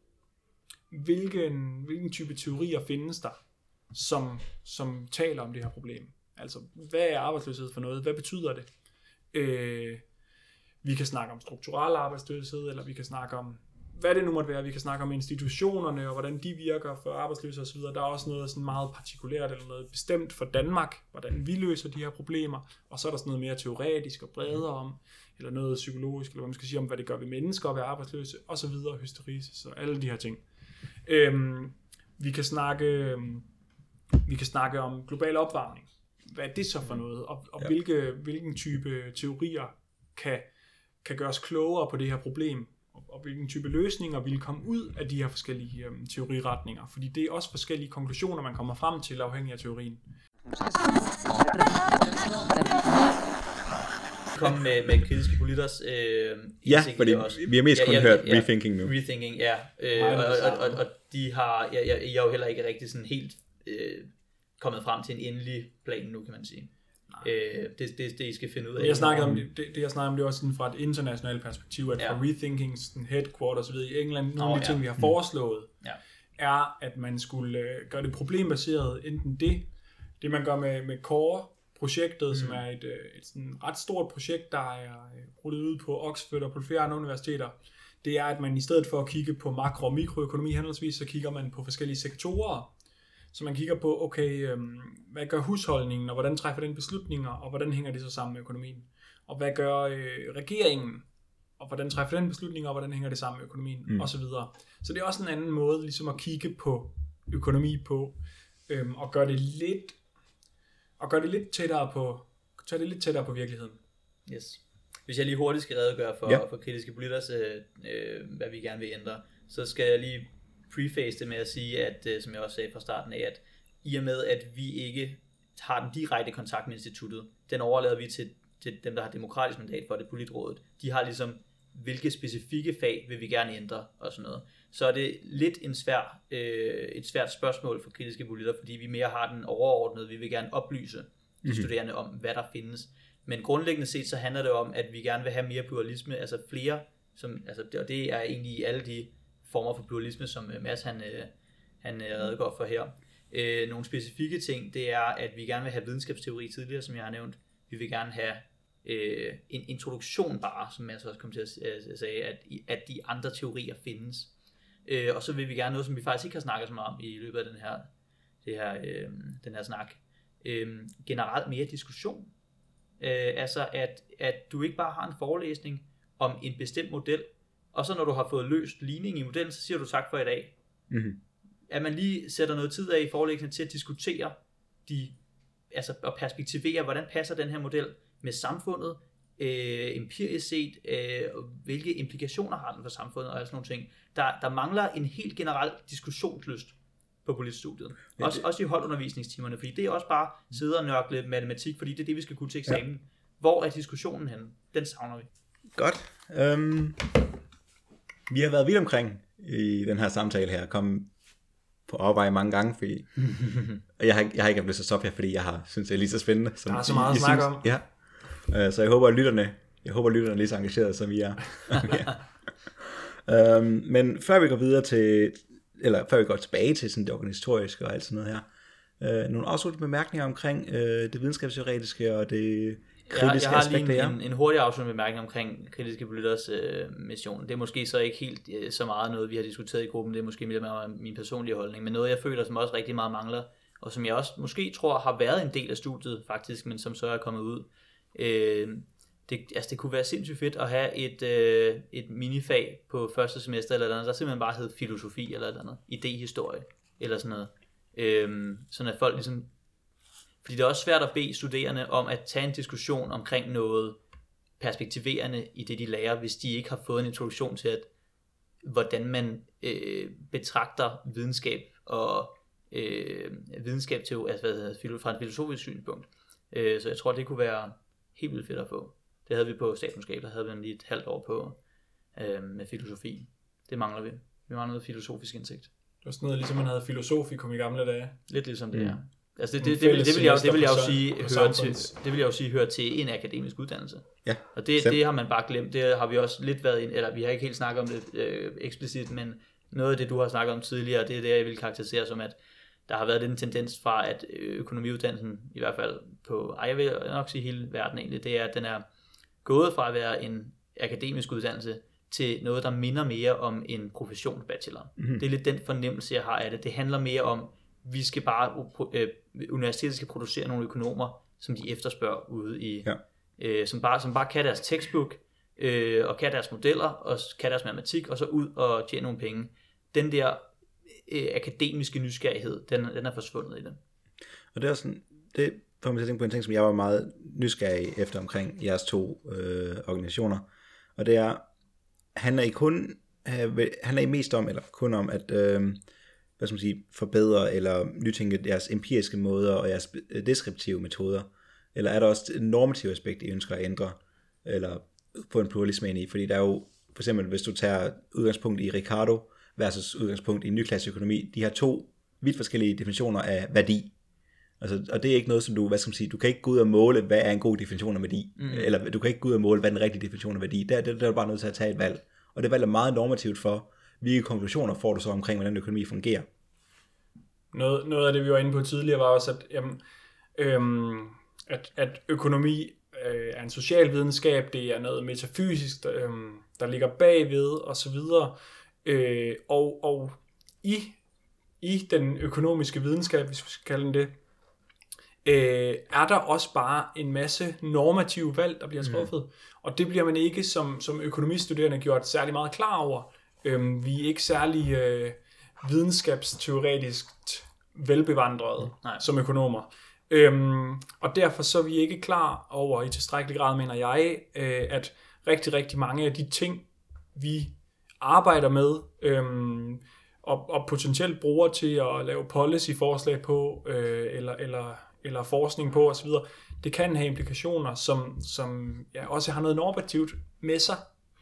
Hvilken, hvilken type teorier findes der, som, som taler om det her problem? Altså, hvad er arbejdsløshed for noget? Hvad betyder det? Øh, vi kan snakke om strukturel arbejdsløshed, eller vi kan snakke om, hvad det nu måtte være. Vi kan snakke om institutionerne, og hvordan de virker for arbejdsløse osv. Der er også noget sådan meget partikulært, eller noget bestemt for Danmark, hvordan vi løser de her problemer. Og så er der sådan noget mere teoretisk og bredere om, eller noget psykologisk, eller hvad man skal sige om, hvad det gør ved mennesker at være arbejdsløse, og så videre, hysteresis og alle de her ting. Øhm, vi kan snakke, øhm, vi kan snakke om global opvarmning. Hvad er det så for noget? Og, og ja. hvilke, hvilken type teorier kan, kan gøre os klogere på det her problem? Og, og hvilken type løsninger vil komme ud af de her forskellige øhm, teoriretninger? Fordi det er også forskellige konklusioner, man kommer frem til, afhængig af teorien. Kom med, med kritiske politikers øh, Ja, indsigt i fordi det også. vi har mest kun ja, hørt ja, rethinking nu. Rethinking, ja. Øh, Meget og, det og, og, samme. og de har, ja, ja, jeg er jo heller ikke rigtig sådan helt øh, kommet frem til en endelig plan nu, kan man sige. Øh, det, det, det I skal finde ud af. Jeg snakkede om det, det, det jeg snakkede om det også sådan fra et internationalt perspektiv, at Ja. fra Rethinkings sådan headquarters ved i England, nogle Nå, af de ting, ja. vi har foreslået, Ja. er, at man skulle øh, gøre det problembaseret, enten det, det man gør med, med Core-projektet, mm. som er et, øh, et sådan ret stort projekt, der er øh, rullet ud på Oxford og på flere andre universiteter, det er, at man i stedet for at kigge på makro- og mikroøkonomi henholdsvis, så kigger man på forskellige sektorer. Så man kigger på, okay, øhm, hvad gør husholdningen, og hvordan træffer den beslutninger, og hvordan hænger det så sammen med økonomien? Og hvad gør øh, regeringen, og hvordan træffer den beslutninger, og hvordan hænger det sammen med økonomien, mm. og så videre. Så det er også en anden måde ligesom at kigge på økonomi på, øhm, og gøre det lidt, og gøre det lidt tættere på, tage det lidt tættere på virkeligheden. Yes. Hvis jeg lige hurtigt skal redegøre for, ja. for kritiske politikers, øh, øh, hvad vi gerne vil ændre, så skal jeg lige preface det med at sige, at øh, som jeg også sagde fra starten af, at i og med, at vi ikke har den direkte kontakt med instituttet, den overlader vi til, til dem, der har demokratisk mandat for det, politrådet. De har ligesom, hvilke specifikke fag vil vi gerne ændre og sådan noget. Så er det lidt en svær, øh, et svært spørgsmål for kritiske politikere, fordi vi mere har den overordnede, vi vil gerne oplyse de mm-hmm. studerende om, hvad der findes. Men grundlæggende set, så handler det om, at vi gerne vil have mere pluralisme, altså flere, som, altså, og det er egentlig alle de former for pluralisme, som Mads han, han redegør for her. Øh, nogle specifikke ting, det er, at vi gerne vil have videnskabsteori tidligere, som jeg har nævnt. Vi vil gerne have øh, en introduktion bare, som Mads også kom til at sige, at, at de andre teorier findes. Øh, og så vil vi gerne noget, som vi faktisk ikke har snakket så meget om i løbet af den her, det her, øh, den her snak. Øh, generelt mere diskussion. Øh, altså at, at du ikke bare har en forelæsning om en bestemt model, og så når du har fået løst ligning i modellen, så siger du tak for i dag. Mm-hmm. At man lige sætter noget tid af i forelæsningen til at diskutere de, altså at perspektivere, hvordan passer den her model med samfundet, øh, empirisk set, øh, hvilke implikationer har den for samfundet og sådan nogle ting. Der, der mangler en helt generel diskussionslyst på politstudiet. Ja, også, også i holdundervisningstimerne, fordi det er også bare sidde og nørkle matematik, fordi det er det, vi skal kunne til eksamen. Ja. Hvor er diskussionen henne? Den savner vi. Godt. Um, vi har været vidt omkring i den her samtale her, kommet på overvej mange gange, fordi jeg, har, jeg har ikke blevet så stoppe her, fordi jeg har synes det er lige så spændende. Som der er så meget I, at snakke om. Ja. Uh, så jeg håber, at lytterne, jeg håber, at lytterne er lige så engagerede, som I er. ja. um, men før vi går videre til eller før vi går tilbage til sådan det organisatoriske og alt sådan noget her. Øh, nogle afsluttende bemærkninger omkring øh, det videnskabsteoretiske og det kritiske jeg, aspekt jeg her. har lige en, en hurtig afsluttende bemærkning omkring kritiske politikers øh, mission. Det er måske så ikke helt øh, så meget noget, vi har diskuteret i gruppen. Det er måske mere min personlige holdning, men noget, jeg føler, som også rigtig meget mangler, og som jeg også måske tror har været en del af studiet faktisk, men som så er kommet ud. Øh, Det, altså det kunne være sindssygt fedt at have et, øh, et minifag på første semester eller andet, der simpelthen bare hed filosofi eller andet, idéhistorie eller sådan noget. Øhm, sådan at folk ligesom, fordi det er også svært at bede studerende om at tage en diskussion omkring noget perspektiverende i det de lærer, hvis de ikke har fået en introduktion til at hvordan man øh, betragter videnskab og øh, videnskab til altså, hvad hedder, fra et filosofisk synspunkt. Øh, så jeg tror det kunne være helt vildt fedt at få. Det havde vi på statskundskab, der havde vi lige et halvt år på øh, med filosofi. Det mangler vi. Vi mangler noget filosofisk indsigt. Det var sådan noget, ligesom man havde filosofikum i gamle dage. Lidt ligesom det, ja. Altså det, det, det, det, det, vil jeg, det vil jeg jo sige hører til, det vil jeg jo sige hører til en akademisk uddannelse. Ja. Og det, det har man bare glemt. Det har vi også lidt været ind, eller vi har ikke helt snakket om det øh, eksplicit, men noget af det du har snakket om tidligere, det er det jeg vil karakterisere som at der har været den tendens fra at økonomiuddannelsen i hvert fald på, ej jeg vil nok sige hele verden egentlig, det er at den er gået fra at være en akademisk uddannelse til noget, der minder mere om en professionsbachelor. Mm-hmm. Det er lidt den fornemmelse, jeg har af det. Det handler mere om, vi skal bare, øh, universitetet skal producere nogle økonomer, som de efterspørger ude i, ja. øh, som, bare, som bare kan deres textbook, øh, og kan deres modeller, og kan deres matematik, og så ud og tjene nogle penge. Den der øh, akademiske nysgerrighed, den, den er forsvundet i det. Og det er sådan, det får mig til at tænke på en ting, som jeg var meget nysgerrig efter omkring jeres to øh, organisationer, og det er, han er ikke kun, han er i mest om, eller kun om, at øh, hvad skal man sige, forbedre eller nytænke jeres empiriske måder og jeres deskriptive metoder, eller er der også et normativt aspekt, I ønsker at ændre, eller få en pluralisme ind i, fordi der er jo, for eksempel hvis du tager udgangspunkt i Ricardo versus udgangspunkt i nyklassisk økonomi, de har to vidt forskellige definitioner af værdi. Altså, og det er ikke noget, som du, hvad skal man sige, du kan ikke gå ud og måle, hvad er en god definition af værdi, mm. eller du kan ikke gå ud og måle, hvad er den rigtige definition af værdi. Der, der, der er du bare nødt til at tage et valg. Og det valg er meget normativt for, hvilke konklusioner får du så omkring, hvordan økonomi fungerer. Noget, noget af det, vi var inde på tidligere, var også, at, jamen, øhm, at, at økonomi øh, er en social videnskab, det er noget metafysisk, der, øhm, der ligger bagved, og så videre. Øh, og, og i i den økonomiske videnskab, hvis vi skal kalde den det, øh, er der også bare en masse normative valg, der bliver truffet. Mm. Og det bliver man ikke som, som økonomistuderende gjort særlig meget klar over. Øhm, vi er ikke særlig øh, videnskabsteoretisk velbevandrede mm. som økonomer. Øhm, og derfor så er vi ikke klar over i tilstrækkelig grad, mener jeg, øh, at rigtig, rigtig mange af de ting, vi arbejder med, øhm, og, og potentielt bruger til at lave policy-forslag på, øh, eller, eller, eller forskning på osv., det kan have implikationer, som, som ja, også har noget normativt med sig.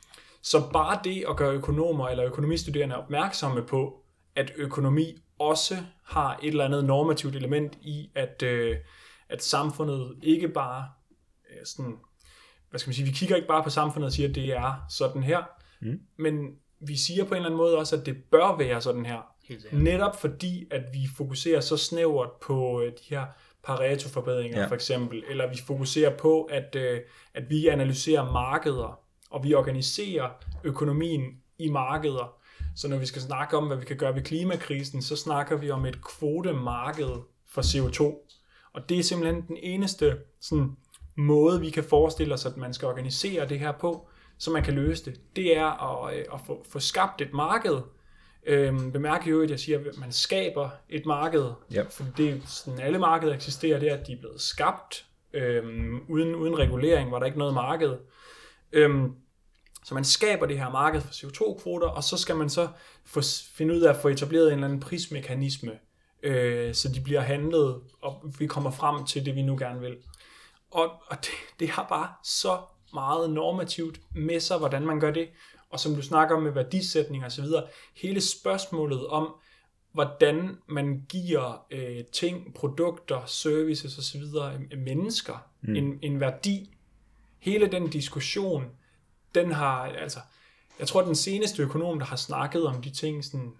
Så bare det at gøre økonomer eller økonomistuderende opmærksomme på, at økonomi også har et eller andet normativt element i, at, øh, at samfundet ikke bare øh, sådan, hvad skal man sige, vi kigger ikke bare på samfundet og siger, at det er sådan her, mm. men vi siger på en eller anden måde også, at det bør være sådan her. Netop fordi, at vi fokuserer så snævert på øh, de her Pareto-forbedringer ja. for eksempel, eller vi fokuserer på, at, øh, at vi analyserer markeder, og vi organiserer økonomien i markeder. Så når vi skal snakke om, hvad vi kan gøre ved klimakrisen, så snakker vi om et kvotemarked for C O to. Og det er simpelthen den eneste sådan, måde, vi kan forestille os, at man skal organisere det her på, så man kan løse det. Det er at, at få, få skabt et marked. Øhm, bemærk jo, at jeg siger, at man skaber et marked. Yep. For det er sådan, alle markeder eksisterer, det er, at de er blevet skabt. Øhm, uden, uden regulering var der ikke noget marked. Øhm, så man skaber det her marked for C O to kvoter, og så skal man så få, finde ud af at få etableret en eller anden prismekanisme, øh, så de bliver handlet, og vi kommer frem til det, vi nu gerne vil. Og, og det, det har bare så meget normativt med sig, hvordan man gør det. Og som du snakker om med værdisætning og så videre, hele spørgsmålet om, hvordan man giver øh, ting, produkter, services og så videre, øh, mennesker mm. en, en værdi. Hele den diskussion, den har, altså, jeg tror, den seneste økonom, der har snakket om de ting, sådan,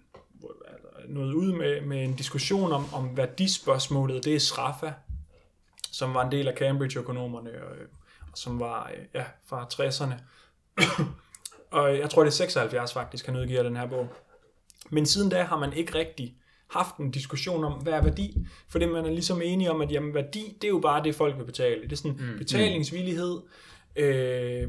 noget ud med, med en diskussion om, om værdispørgsmålet, det er Sraffa, som var en del af Cambridge-økonomerne, og, og som var ja, fra tresserne. Og jeg tror, det er seksoghalvfjerds faktisk, han udgiver den her bog. Men siden da har man ikke rigtig haft en diskussion om, hvad er værdi? Fordi man er ligesom enige om, at jamen, værdi, det er jo bare det, folk vil betale. Det er sådan mm. betalingsvillighed. Øh,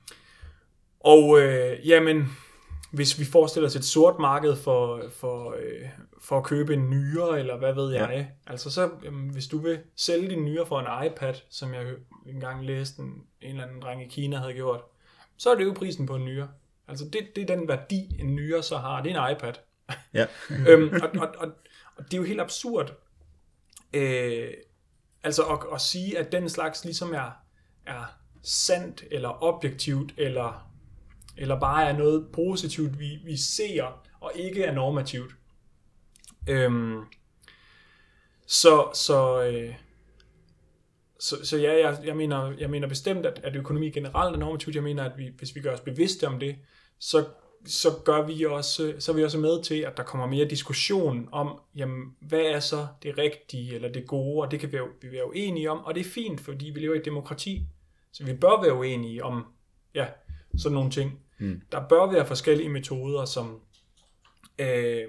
og øh, jamen, hvis vi forestiller os et sort marked for, for, øh, for at købe en nyre, eller hvad ved jeg, ja. altså så, jamen, hvis du vil sælge din nyre for en iPad, som jeg engang læste en, en eller anden dreng i Kina havde gjort, så er det jo prisen på en nyre. Altså det, det er den værdi, en nyre så har. Det er en iPad. Ja. øhm, og, og, og, og det er jo helt absurd. Øh, altså at, at sige, at den slags ligesom er, er sandt, eller objektivt, eller, eller bare er noget positivt, vi, vi ser, og ikke er normativt. Øhm, så... så øh, Så, så ja, jeg, jeg, mener, jeg mener bestemt, at, at økonomi generelt er normativt. Jeg mener, at vi, hvis vi gør os bevidste om det, så, så, gør vi også, så er vi også med til, at der kommer mere diskussion om, jamen, hvad er så det rigtige eller det gode, og det kan vi, vi være uenige om, og det er fint, fordi vi lever i et demokrati, så vi bør være uenige om ja, sådan nogle ting. Mm. Der bør være forskellige metoder, som... Øh,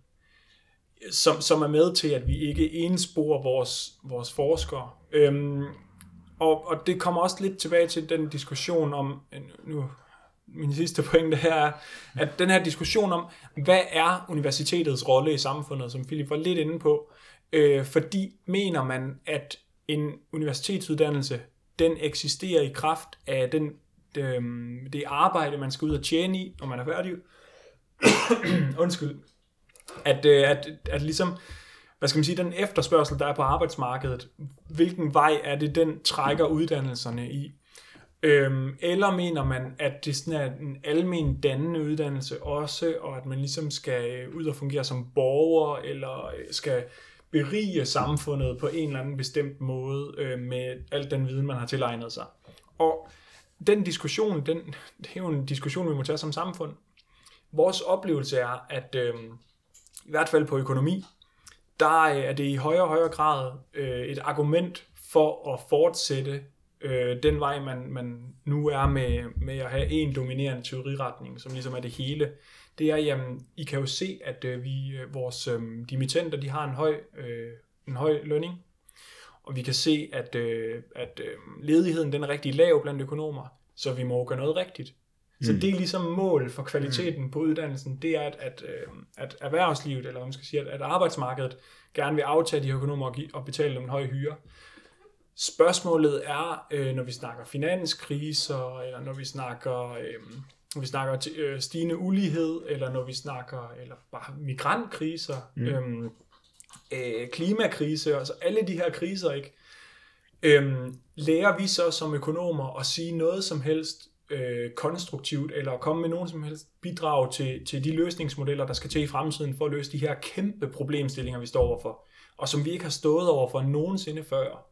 Som, som er med til, at vi ikke ensporer vores, vores forskere. Øhm, og, og det kommer også lidt tilbage til den diskussion om, nu min sidste pointe her er, at den her diskussion om, hvad er universitetets rolle i samfundet, som Philip var lidt inde på, øh, fordi mener man, at en universitetsuddannelse, den eksisterer i kraft af den, øh, det arbejde, man skal ud og tjene i, når man er færdig. Undskyld. At, at, at ligesom, hvad skal man sige, den efterspørgsel, der er på arbejdsmarkedet, hvilken vej er det, den trækker uddannelserne i? Øhm, eller mener man, at det sådan er en almen dannende uddannelse også, og at man ligesom skal ud og fungere som borger, eller skal berige samfundet på en eller anden bestemt måde, øh, med al den viden, man har tilegnet sig? Og den diskussion, den, det er jo en diskussion, vi må tage som samfund. Vores oplevelse er, at øh, i hvert fald på økonomi, der er det i højere og højere grad øh, et argument for at fortsætte øh, den vej, man, man nu er med, med at have en dominerende teoriretning, som ligesom er det hele, det er, jamen, I kan jo se, at øh, vi, vores øh, dimittenter, de har en høj, øh, en høj lønning, og vi kan se, at, øh, at øh, ledigheden den er rigtig lav blandt økonomer, så vi må gøre noget rigtigt. Så mm. det er ligesom mål for kvaliteten mm. på uddannelsen, det er, at, at, at erhvervslivet, eller hvad man skal sige, at, at arbejdsmarkedet gerne vil aftage de her økonomer og, give, og betale dem en høj hyre. Spørgsmålet er, øh, når vi snakker finanskriser, eller når vi snakker, øh, når vi snakker t- øh, stigende ulighed, eller når vi snakker eller bare migrantkriser, mm. øh, øh, klimakrise, altså alle de her kriser, ikke? Øh, lærer vi så som økonomer at sige noget som helst øh, konstruktivt, eller komme med nogen som helst bidrag til, til de løsningsmodeller, der skal til i fremtiden for at løse de her kæmpe problemstillinger, vi står overfor, og som vi ikke har stået overfor nogensinde før.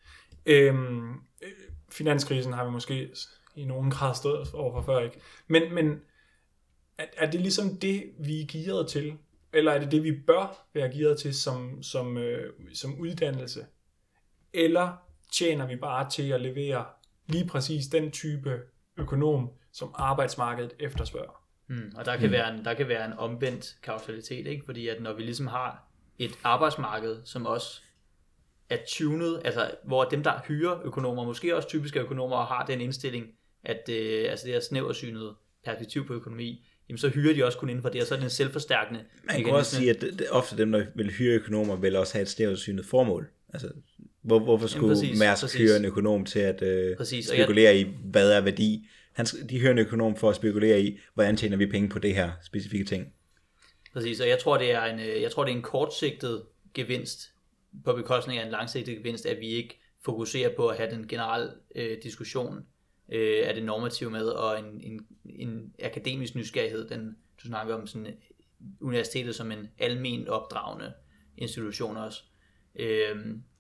Øhm, finanskrisen har vi måske i nogen grad stået overfor før, ikke? Men, men er, er det ligesom det, vi er gearet til? Eller er det det, vi bør være gearet til som, som, øh, som uddannelse? Eller tjener vi bare til at levere lige præcis den type økonom, som arbejdsmarkedet efterspørger? Mm, og der kan, mm. være en, der kan være en omvendt kausalitet, ikke? Fordi at når vi ligesom har et arbejdsmarked, som også er tunet, altså hvor dem, der hyrer økonomer, måske også typiske økonomer, har den indstilling, at øh, altså det her snæversynede perspektiv på økonomi, jamen så hyrer de også kun inden for det, og så er det en selvforstærkende Man kan også sige, at det, det, ofte dem, der vil hyre økonomer, vil også have et snæversynet formål. Altså, hvor, hvorfor skulle præcis, Mærsk præcis. hyre en økonom til at øh, spekulere jeg... i, hvad er værdi? Han, de hyrer en økonom for at spekulere i, hvordan tjener vi penge på det her specifikke ting. Præcis, og jeg tror, det er en, jeg tror, det er en kortsigtet gevinst, på bekostning af en langsigtet gevinst, at vi ikke fokuserer på at have den generelle øh, diskussion øh, af det normative med, og en, en, en akademisk nysgerrighed, den du snakker om sådan universitetet som en almen opdragende institution også. Øh,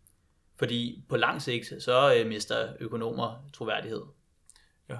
fordi på lang sigt, så øh, mister økonomer troværdighed. Ja.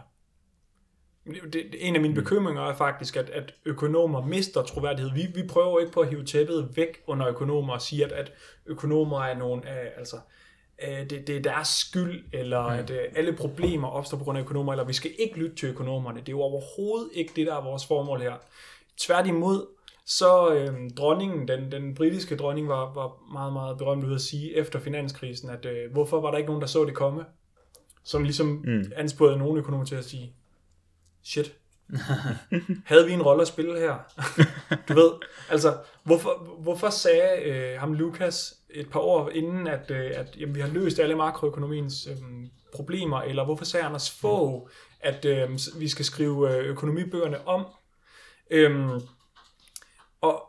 Det, en af mine bekymringer er faktisk, at, at økonomer mister troværdighed. Vi, vi prøver ikke på at hive tæppet væk under økonomer og sige, at, at økonomer er nogen af, altså, det, det er deres skyld, eller mm. at alle problemer opstår på grund af økonomer, eller vi skal ikke lytte til økonomerne. Det er jo overhovedet ikke det, der er vores formål her. Tværtimod, så øhm, dronningen, den, den britiske dronning, var, var meget, meget berømt ud at sige efter finanskrisen, at øh, hvorfor var der ikke nogen, der så det komme? Som ligesom mm. ansporede nogle økonomer til at sige, shit, havde vi en rolle at spille her? Du ved, altså, hvorfor, hvorfor sagde øh, ham Lukas et par år inden, at, øh, at jamen, vi har løst alle makroøkonomiens øh, problemer, eller hvorfor sagde Anders Fogh, at øh, vi skal skrive øh, økonomibøgerne om? Øhm, og,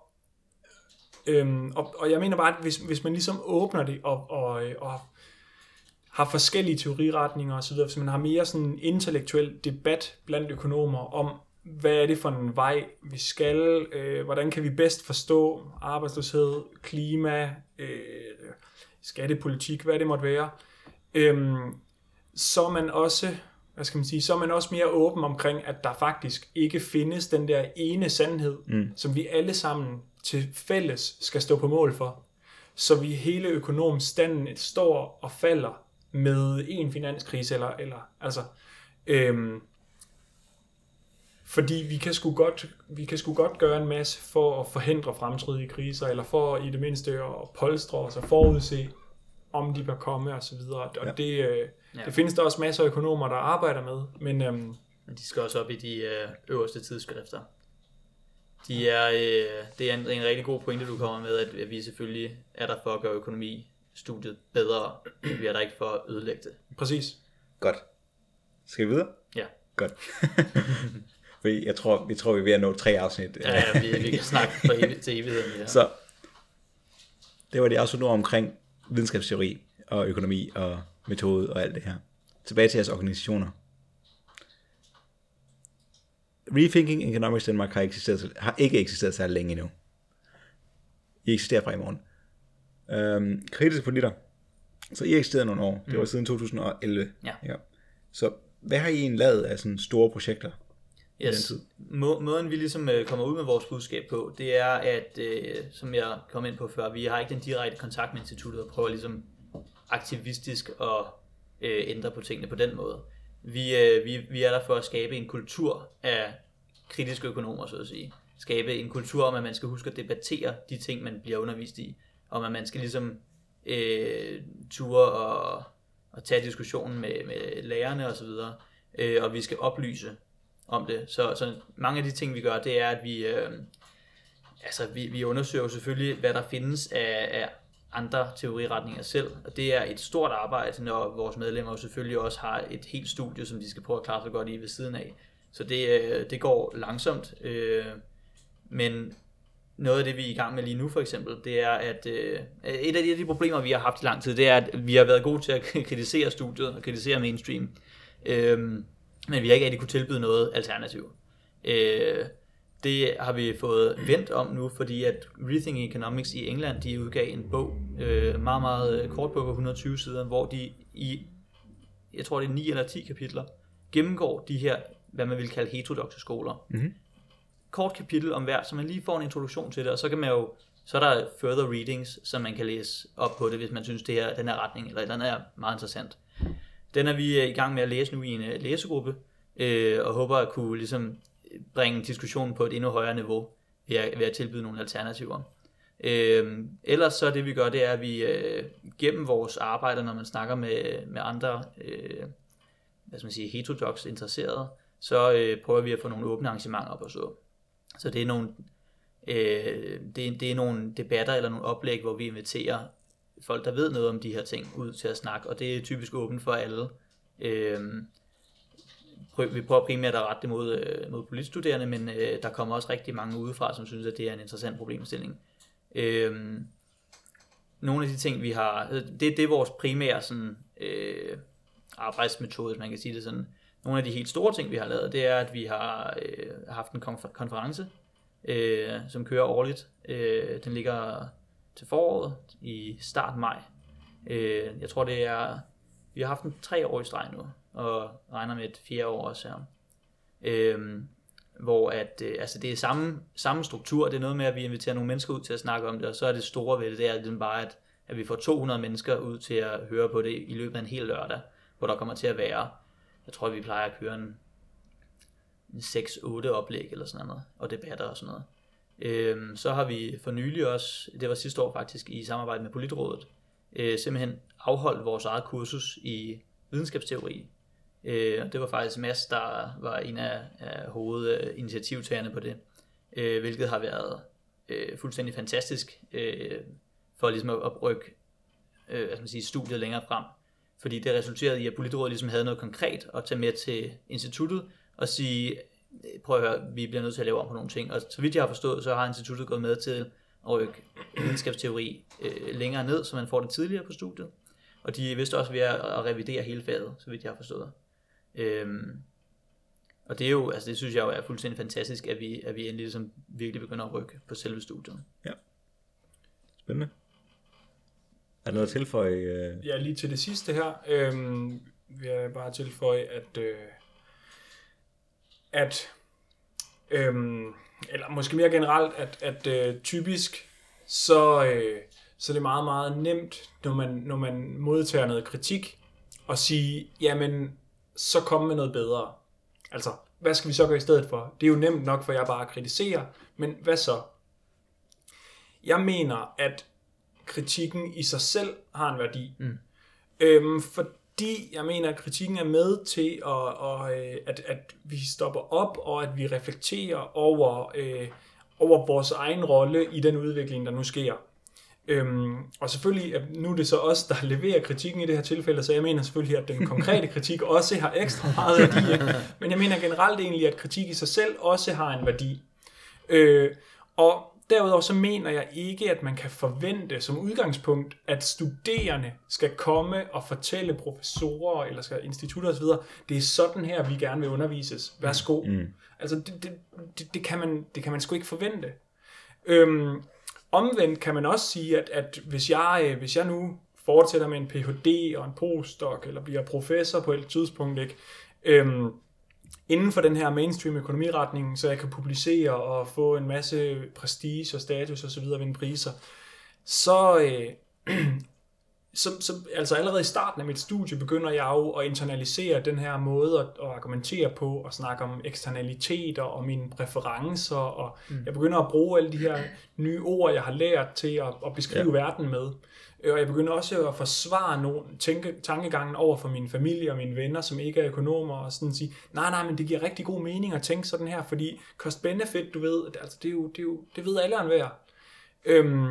øhm, og, og jeg mener bare, at hvis, hvis man ligesom åbner det og, og, og har forskellige teoriretninger og så videre, hvis man har mere sådan en intellektuel debat blandt økonomer om, hvad er det for en vej, vi skal, øh, hvordan kan vi bedst forstå arbejdsløshed, klima, øh, skattepolitik, hvad det måtte være, øh, så er man også, hvad skal man sige, så er man også mere åben omkring, at der faktisk ikke findes den der ene sandhed, mm. som vi alle sammen til fælles skal stå på mål for. Så vi hele økonomstanden står og falder med en finanskrise, eller, eller altså, øhm, fordi vi kan sgu godt, vi kan sgu godt gøre en masse for at forhindre fremtidige kriser, eller for i det mindste at polstre os og forudse, om de bør komme og så videre. Og ja. det, øh, ja. det findes der også masser af økonomer, der arbejder med, men øhm, men de skal også op i de øh, øverste tidsskrifter. De er, øh, det er en, en rigtig god pointe, du kommer med, at vi selvfølgelig er der for at gøre økonomistudiet bedre. Vi er der ikke for at ødelægge det. Præcis. Godt. Skal vi videre? Ja. Godt. Fordi jeg tror, vi tror, vi er ved at nå tre afsnit. Ja, ja vi, vi kan snakke for evigt, til evigheden. Ja. Så det var det også noget omkring videnskabsteori og økonomi og metode og alt det her. Tilbage til jeres organisationer. Rethinking Economics Denmark har, eksisteret, har ikke eksisteret så længe endnu. I eksisterer fra i morgen. Øhm, kritiske politter. Så I har eksisteret nogle år. Det var mm. siden to tusind og elleve. Ja. Ja. Så hvad har I egentlig lavet af sådan store projekter? Yes. Må, måden vi ligesom øh, kommer ud med vores budskab på, det er, at øh, som jeg kom ind på før, vi har ikke den direkte kontakt med instituttet og prøver ligesom aktivistisk at øh, ændre på tingene på den måde. Vi, øh, vi, vi er der for at skabe en kultur af kritiske økonomer, så at sige. Skabe en kultur om, at man skal huske at debattere de ting, man bliver undervist i. Om at man skal ligesom øh, ture og, og tage diskussionen med, med lærerne osv. Øh, og vi skal oplyse om det. Så, så mange af de ting, vi gør, det er, at vi, øh, altså, vi, vi undersøger selvfølgelig, hvad der findes af, af andre teoriretninger selv. Og det er et stort arbejde, når vores medlemmer selvfølgelig også har et helt studie, som de skal prøve at klare sig godt i ved siden af. Så det, det går langsomt. Øh, men noget af det, vi er i gang med lige nu for eksempel, det er, at øh, et af de, de problemer, vi har haft i lang tid, det er, at vi har været gode til at kritisere studiet og kritisere mainstream. Øh, men vi har ikke rigtig kunne tilbyde noget alternativ. Øh, det har vi fået vendt om nu, fordi at Rethinking Economics i England, de udgav en bog, øh, meget meget kort bog på et hundrede og tyve sider, hvor de i, jeg tror det er ni eller ti kapitler, gennemgår de her, hvad man vil kalde heterodoxe skoler. Mm-hmm. Kort kapitel om hver, så man lige får en introduktion til det, og så kan man jo, så er der further readings, som man kan læse op på det, hvis man synes, det her, den her retning, eller den er meget interessant. Den er vi i gang med at læse nu i en læsegruppe, øh, og håber at kunne ligesom bringe diskussionen på et endnu højere niveau, ved at, ved at tilbyde nogle alternativer. Øh, ellers så det vi gør, det er, at vi øh, gennem vores arbejde, når man snakker med, med andre øh, hvad skal man sige, heterodox interesserede, så øh, prøver vi at få nogle åbne arrangementer op og så. Så det er nogle, øh, det, er, det er nogle debatter eller nogle oplæg, hvor vi inviterer folk, der ved noget om de her ting, ud til at snakke, og det er typisk åbent for alle. Øh, prøv, vi prøver primært at rette det mod, øh, mod politstuderende, men øh, der kommer også rigtig mange udefra, som synes, at det er en interessant problemstilling. Øh, nogle af de ting, vi har, det, det er vores primære sådan, øh, arbejdsmetode, hvis man kan sige det sådan. Nogle af de helt store ting, vi har lavet, det er, at vi har øh, haft en konfer- konference, øh, som kører årligt. Øh, den ligger til foråret i start maj. Øh, jeg tror, det er, vi har haft en tre år i streg nu, og regner med et fjerde år også her. Øh, hvor at, øh, altså det er samme, samme struktur, det er noget med, at vi inviterer nogle mennesker ud til at snakke om det, og så er det store ved det, det er ligesom bare, at, at vi får to hundrede mennesker ud til at høre på det i løbet af en hel lørdag, hvor der kommer til at være, jeg tror, vi plejer at køre en, en seks otte oplæg eller sådan noget, og debatter og sådan noget. Øhm, så har vi for nylig også, det var sidste år faktisk, i samarbejde med Politrådet, øh, simpelthen afholdt vores eget kursus i videnskabsteori. Øh, det var faktisk Mads, der var en af, af hovedinitiativtagerne på det, øh, hvilket har været øh, fuldstændig fantastisk øh, for ligesom at, at rykke øh, hvad skal man sige, studiet længere frem. Fordi det resulterede i, at Politrådet ligesom havde noget konkret at tage med til instituttet og sige, prøv at høre, vi bliver nødt til at lave om på nogle ting. Og så vidt jeg har forstået, så har instituttet gået med til at rykke videnskabsteori øh, længere ned, så man får det tidligere på studiet. Og de er vist også ved at revidere hele faget, så vidt jeg har forstået. Øhm, og det er jo, altså det synes jeg jo er fuldstændig fantastisk, at vi, at vi endelig ligesom virkelig begynder at rykke på selve studiet. Ja, spændende. Er der noget at tilføje? Øh... Ja, lige til det sidste her, øhm, vil jeg bare tilføje, at, øh, at øhm, eller måske mere generelt, at, at øh, typisk, så, øh, så er det meget, meget nemt, når man, når man modtager noget kritik, at sige, jamen, så kom med noget bedre. Altså, hvad skal vi så gøre i stedet for? Det er jo nemt nok, for jeg bare kritiserer, men hvad så? Jeg mener, at kritikken i sig selv har en værdi. Mm. Øhm, fordi jeg mener, at kritikken er med til, at, at, at, at vi stopper op, og at vi reflekterer over, øh, over vores egen rolle i den udvikling, der nu sker. Øhm, og selvfølgelig, nu er det så os, der leverer kritikken i det her tilfælde, så jeg mener selvfølgelig, at den konkrete kritik også har ekstra meget værdi. Ikke? Men jeg mener generelt egentlig, at kritik i sig selv også har en værdi. Øh, og derudover så mener jeg ikke, at man kan forvente som udgangspunkt, at studerende skal komme og fortælle professorer eller skal institutter osv., det er sådan her, vi gerne vil undervises. Værsgo. Mm. Altså det, det, det, det, kan man, det kan man sgu ikke forvente. Øhm, omvendt kan man også sige, at, at hvis, jeg, hvis jeg nu fortsætter med en P H D og en postdoc, eller bliver professor på et tidspunkt, ikke, øhm, inden for den her mainstream økonomiretning, så jeg kan publicere og få en masse prestige og status og så videre, vinde priser, så, øh, så, så, altså allerede i starten af mit studie begynder jeg jo at internalisere den her måde at, at argumentere på og snakke om eksternaliteter og mine præferencer, og mm. jeg begynder at bruge alle de her nye ord, jeg har lært til at, at beskrive ja. verden med. Og jeg begynder også at forsvare nogle tænke, tankegangen over for min familie og mine venner, som ikke er økonomer, og sådan sige, nej, nej, men det giver rigtig god mening at tænke sådan her, fordi cost-benefit, du ved, altså det, er jo, det, er jo, det ved alle og enhver. Øhm,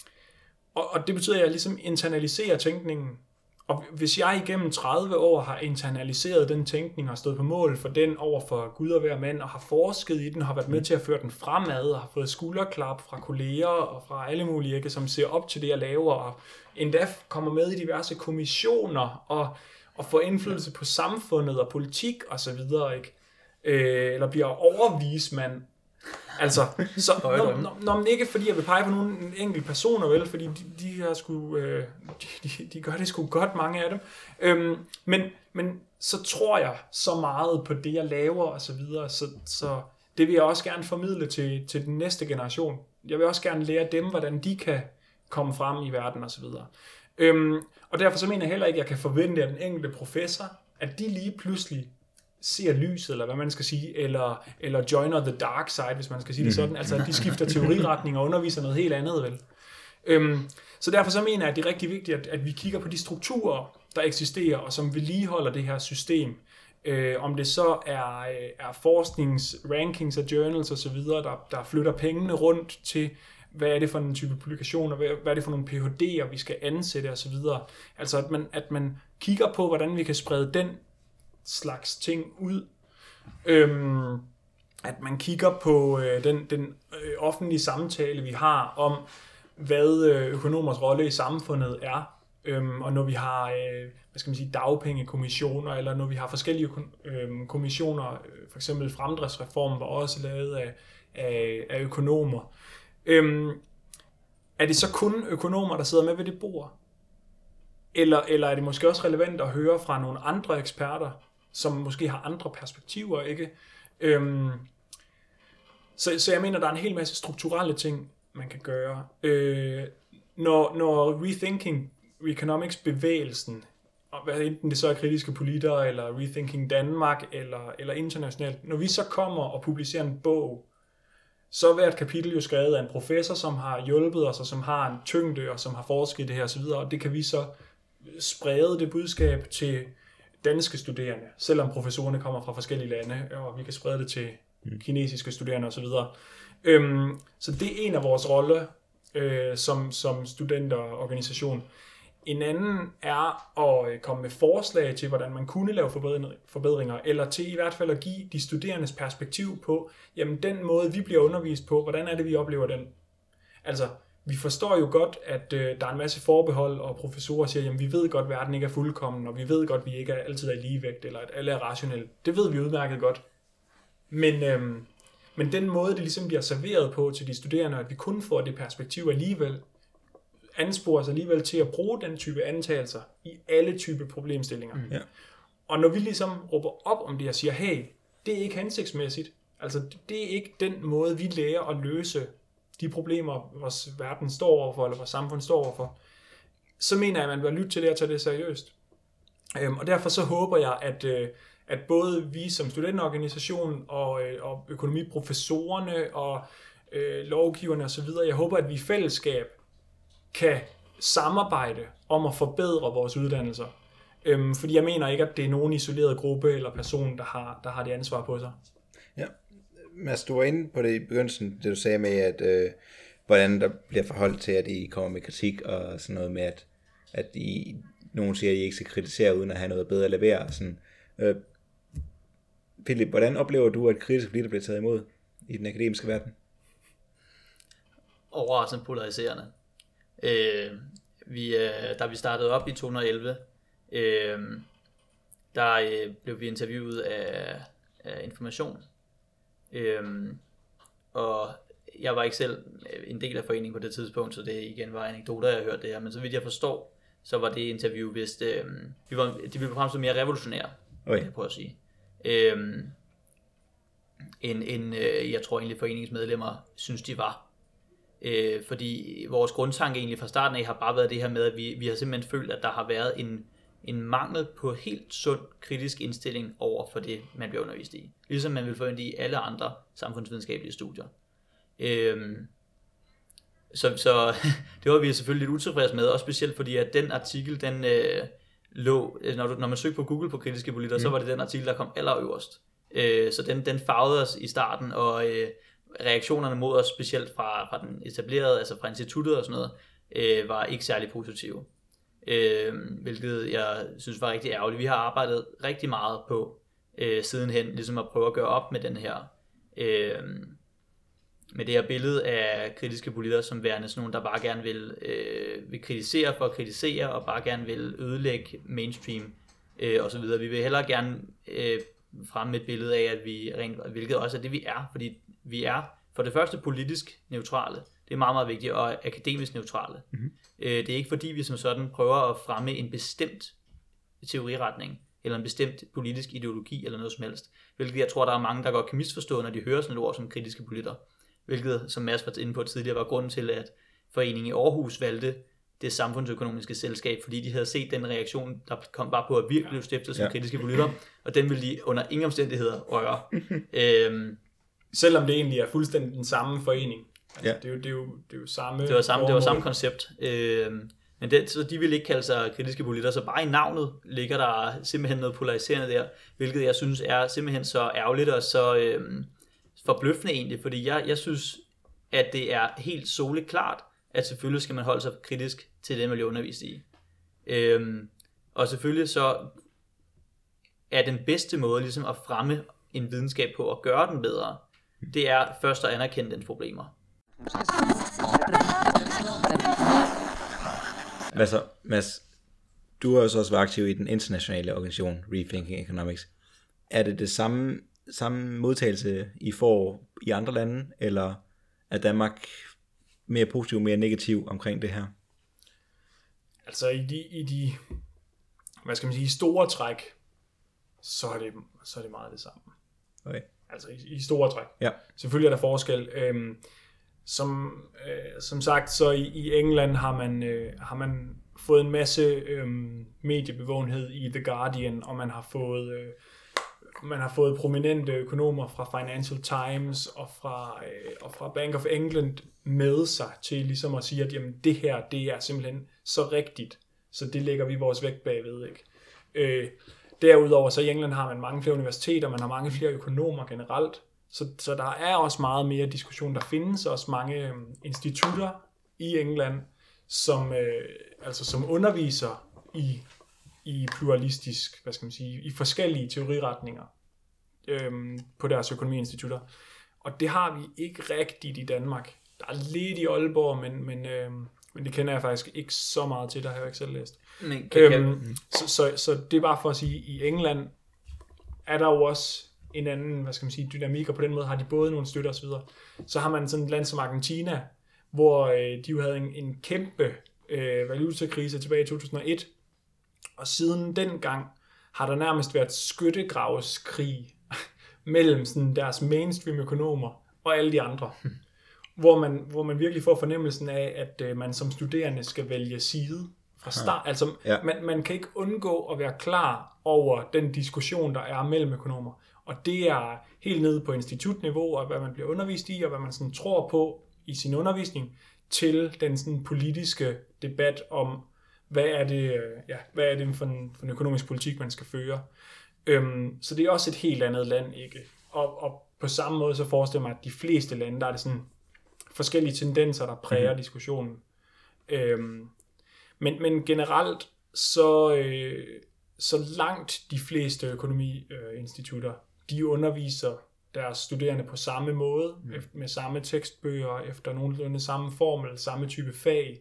og, og det betyder, at jeg ligesom internaliserer tænkningen. Og hvis jeg igennem tredive år har internaliseret den tænkning og stået på mål for den over for Gud og hver mand, og har forsket i den, har været med til at føre den fremad, og har fået skulderklap fra kolleger og fra alle mulige, ikke, som ser op til det, jeg laver, og endda kommer med i diverse kommissioner, og, og får indflydelse på samfundet og politik og så videre, ikke? Øh, eller bliver overvismand. Altså, så, når, når, når ikke fordi jeg vil pege på nogle enkelte personer, vel, fordi de, de, har sgu, øh, de, de, de gør det sgu godt, mange af dem. Øhm, men, men så tror jeg så meget på det, jeg laver og så videre, så, så det vil jeg også gerne formidle til, til den næste generation. Jeg vil også gerne lære dem, hvordan de kan komme frem i verden og så videre. Øhm, og derfor så mener jeg heller ikke, at jeg kan forvente af den enkelte professor, at de lige pludselig ser lyset, eller hvad man skal sige, eller, eller joiner the dark side, hvis man skal sige det sådan, altså at de skifter teoriretning og underviser noget helt andet, vel. Øhm, så derfor så mener jeg, at det er rigtig vigtigt, at, at vi kigger på de strukturer, der eksisterer, og som vedligeholder det her system. Øh, om det så er, er forsknings, rankings og journals og så videre, der, der flytter pengene rundt til, hvad er det for en type publikationer, hvad, hvad er det for nogle P H D'er, vi skal ansætte og så videre. Altså at man, at man kigger på, hvordan vi kan sprede den slags ting ud. Øhm, at man kigger på øh, den, den øh, offentlige samtale, vi har om, hvad øh, økonomers rolle i samfundet er. Øhm, og når vi har øh, hvad skal man sige, dagpengekommissioner, eller når vi har forskellige øh, kommissioner, øh, for eksempel fremdriftsreformen var også lavet af, af, af økonomer. Øhm, er det så kun økonomer, der sidder med ved det bord? Eller, eller er det måske også relevant at høre fra nogle andre eksperter, som måske har andre perspektiver, ikke? Øhm, så, så jeg mener, der er en hel masse strukturelle ting, man kan gøre. Øh, når, når Rethinking Economics-bevægelsen, og hvad enten det så er kritiske politikere, eller Rethinking Danmark, eller, eller internationalt, når vi så kommer og publicerer en bog, så er hvert kapitel jo skrevet af en professor, som har hjulpet os, og som har en tyngde, og som har forsket i det her osv., og det kan vi så sprede det budskab til danske studerende, selvom professorerne kommer fra forskellige lande, og vi kan sprede det til kinesiske studerende osv. Øhm, så det er en af vores roller øh, som, som studenterorganisation. En anden er at komme med forslag til, hvordan man kunne lave forbedringer, eller til i hvert fald at give de studerendes perspektiv på, jamen den måde, vi bliver undervist på, hvordan er det, vi oplever den? Altså, vi forstår jo godt, at øh, der er en masse forbehold, og professorer siger, jamen vi ved godt, at verden ikke er fuldkommen, og vi ved godt, at vi ikke er altid er ligevægt, eller at alle er rationelle. Det ved vi udmærket godt. Men, øh, men den måde, det ligesom bliver serveret på til de studerende, at vi kun får det perspektiv alligevel, anspores alligevel til at bruge den type antagelser i alle type problemstillinger. Mm. Ja. Og når vi ligesom råber op om det og siger, hey, det er ikke hensigtsmæssigt, altså det er ikke den måde, vi lærer at løse de problemer, vores verden står overfor, eller vores samfund står overfor, så mener jeg, at man bør lytte til det og tage det seriøst. Øhm, og derfor så håber jeg, at, øh, at både vi som studenterorganisation og, øh, og økonomiprofessorerne og øh, lovgiverne osv., jeg håber, at vi i fællesskab kan samarbejde om at forbedre vores uddannelser. Øhm, fordi jeg mener ikke, at det er nogen isoleret gruppe eller person, der har, der har det ansvar på sig. Ja, Mads, du var inde på det i begyndelsen, det du sagde med, at øh, hvordan der bliver forholdt til, at I kommer med kritik og sådan noget med, at, at I, nogen siger, at I ikke skal kritisere uden at have noget bedre at levere. Sådan. Øh, Philip, hvordan oplever du, at kritisk politikere bliver taget imod i den akademiske verden? Overraskende polariserende. Øh, vi, øh, da vi startede op i to tusind og elleve, øh, der øh, blev vi interviewet af, af Information, øh, og jeg var ikke selv en del af foreningen på det tidspunkt, så det igen var anekdoter, jeg hørte det her, men så vidt jeg forstår, så var det interview, hvis det, øh, vi var, de ville fremstå mere revolutionære, okay. Jeg prøver at sige, øh, end, end øh, jeg tror egentlig foreningens medlemmer synes de var. Øh, fordi vores grundtanke egentlig fra starten af har bare været det her med, at vi, vi har simpelthen følt, at der har været en, en mangel på helt sund kritisk indstilling over for det, man bliver undervist i. Ligesom man vil forvente i alle andre samfundsvidenskabelige studier. Øh, så, så det var vi selvfølgelig lidt utilfredse med, også specielt fordi, at den artikel, den øh, lå, når, du, når man søgte på Google på kritiske politikere, mm. så var det den artikel, der kom allerøverst. Øh, så den, den farvede os i starten, og øh, reaktionerne mod os, specielt fra, fra den etablerede, altså fra instituttet og sådan noget, øh, var ikke særlig positive. Øh, hvilket jeg synes var rigtig ærgerligt. Vi har arbejdet rigtig meget på øh, sidenhen, ligesom at prøve at gøre op med den her, øh, med det her billede af kritiske politikere som værende sådan nogen, der bare gerne vil, øh, vil kritisere for at kritisere, og bare gerne vil ødelægge mainstream øh, og så videre. Vi vil hellere gerne øh, fremme et billede af, at vi rent, hvilket også er det vi er, fordi vi er for det første politisk neutrale. Det er meget, meget vigtigt, og akademisk neutrale. Mm-hmm. Det er ikke fordi, vi som sådan prøver at fremme en bestemt teoriretning, eller en bestemt politisk ideologi, eller noget som helst. Hvilket jeg tror, der er mange, der godt kan misforstå, når de hører sådan et ord som kritiske politikere. Hvilket, som Mads var inde på tidligere, var grunden til, at foreningen i Aarhus valgte det samfundsøkonomiske selskab, fordi de havde set den reaktion, der kom bare på, at vi blev stiftet som ja. kritiske politikere, og den ville de under ingen omstændigheder røre. øhm, Selvom det egentlig er fuldstændig den samme forening. Altså, Ja. det, er jo, det, er jo, det er jo samme Det var samme, det var formål. samme koncept. Øhm, men det, så de ville ikke kalde sig kritiske politikere, så bare i navnet ligger der simpelthen noget polariserende der, hvilket jeg synes er simpelthen så ærgerligt og så øhm, forbløffende egentlig, fordi jeg, jeg synes, at det er helt soleklart, at selvfølgelig skal man holde sig kritisk til det, man bliver undervist i. Øhm, og selvfølgelig så er den bedste måde ligesom at fremme en videnskab på at gøre den bedre, det er først at anerkende dens problemer. Hvad så, Mads? Du har jo så også været aktiv i den internationale organisation Rethinking Economics. Er det det samme, samme modtagelse, I får i andre lande, eller er Danmark mere positiv, mere negativ omkring det her? Altså i de, i de, hvad skal man sige, store træk, så er det, så er det meget det samme. Okay. Altså i, i store træk. Ja. Selvfølgelig er der forskel. Øhm, som, øh, som sagt, så i, i England har man, øh, har man fået en masse øh, mediebevågenhed i The Guardian, og man har fået øh, man har fået prominente økonomer fra Financial Times og fra, øh, og fra Bank of England med sig til ligesom at sige, at jamen, det her, det er simpelthen så rigtigt, så det lægger vi vores vægt bagved, ikke? Øh, derudover så i England har man mange flere universiteter, man har mange flere økonomer generelt, så, så der er også meget mere diskussion. Der findes også mange øh, institutter i England, som, øh, altså, som underviser i, i pluralistisk, hvad skal man sige, i forskellige teoriretninger øh, på deres økonomiinstitutter. Og det har vi ikke rigtigt i Danmark. Der er lidt i Aalborg, men, men, øh, men det kender jeg faktisk ikke så meget til, der har jeg ikke selv læst. Men kan, kan... Øhm, så, så, så det er bare for at sige, at i England er der jo også en anden, hvad skal man sige, dynamik, og på den måde har de både nogle støtter og så videre. Så har man sådan et land som Argentina, hvor øh, de jo havde en, en kæmpe øh, valutakrise tilbage i to tusind og et, og siden dengang har der nærmest været skyttegravskrig mellem sådan deres mainstream-økonomer og alle de andre. Hvor man, hvor man virkelig får fornemmelsen af, at øh, man som studerende skal vælge side fra start. Altså, Ja. man, man kan ikke undgå at være klar over den diskussion, der er mellem økonomer. Og det er helt nede på institutniveau, og hvad man bliver undervist i, og hvad man sådan tror på i sin undervisning, til den sådan politiske debat om, hvad er det, øh, ja, hvad er det for en, for en økonomisk politik, man skal føre. Øhm, så det er også et helt andet land, ikke? Og, og på samme måde så forestiller jeg mig, at de fleste lande, der er det sådan forskellige tendenser, der præger mm-hmm. diskussionen. Øhm, men, men generelt, så, øh, så langt de fleste økonomiinstitutter, øh, de underviser deres studerende på samme måde, mm. med samme tekstbøger, efter nogenlunde samme formel, samme type fag.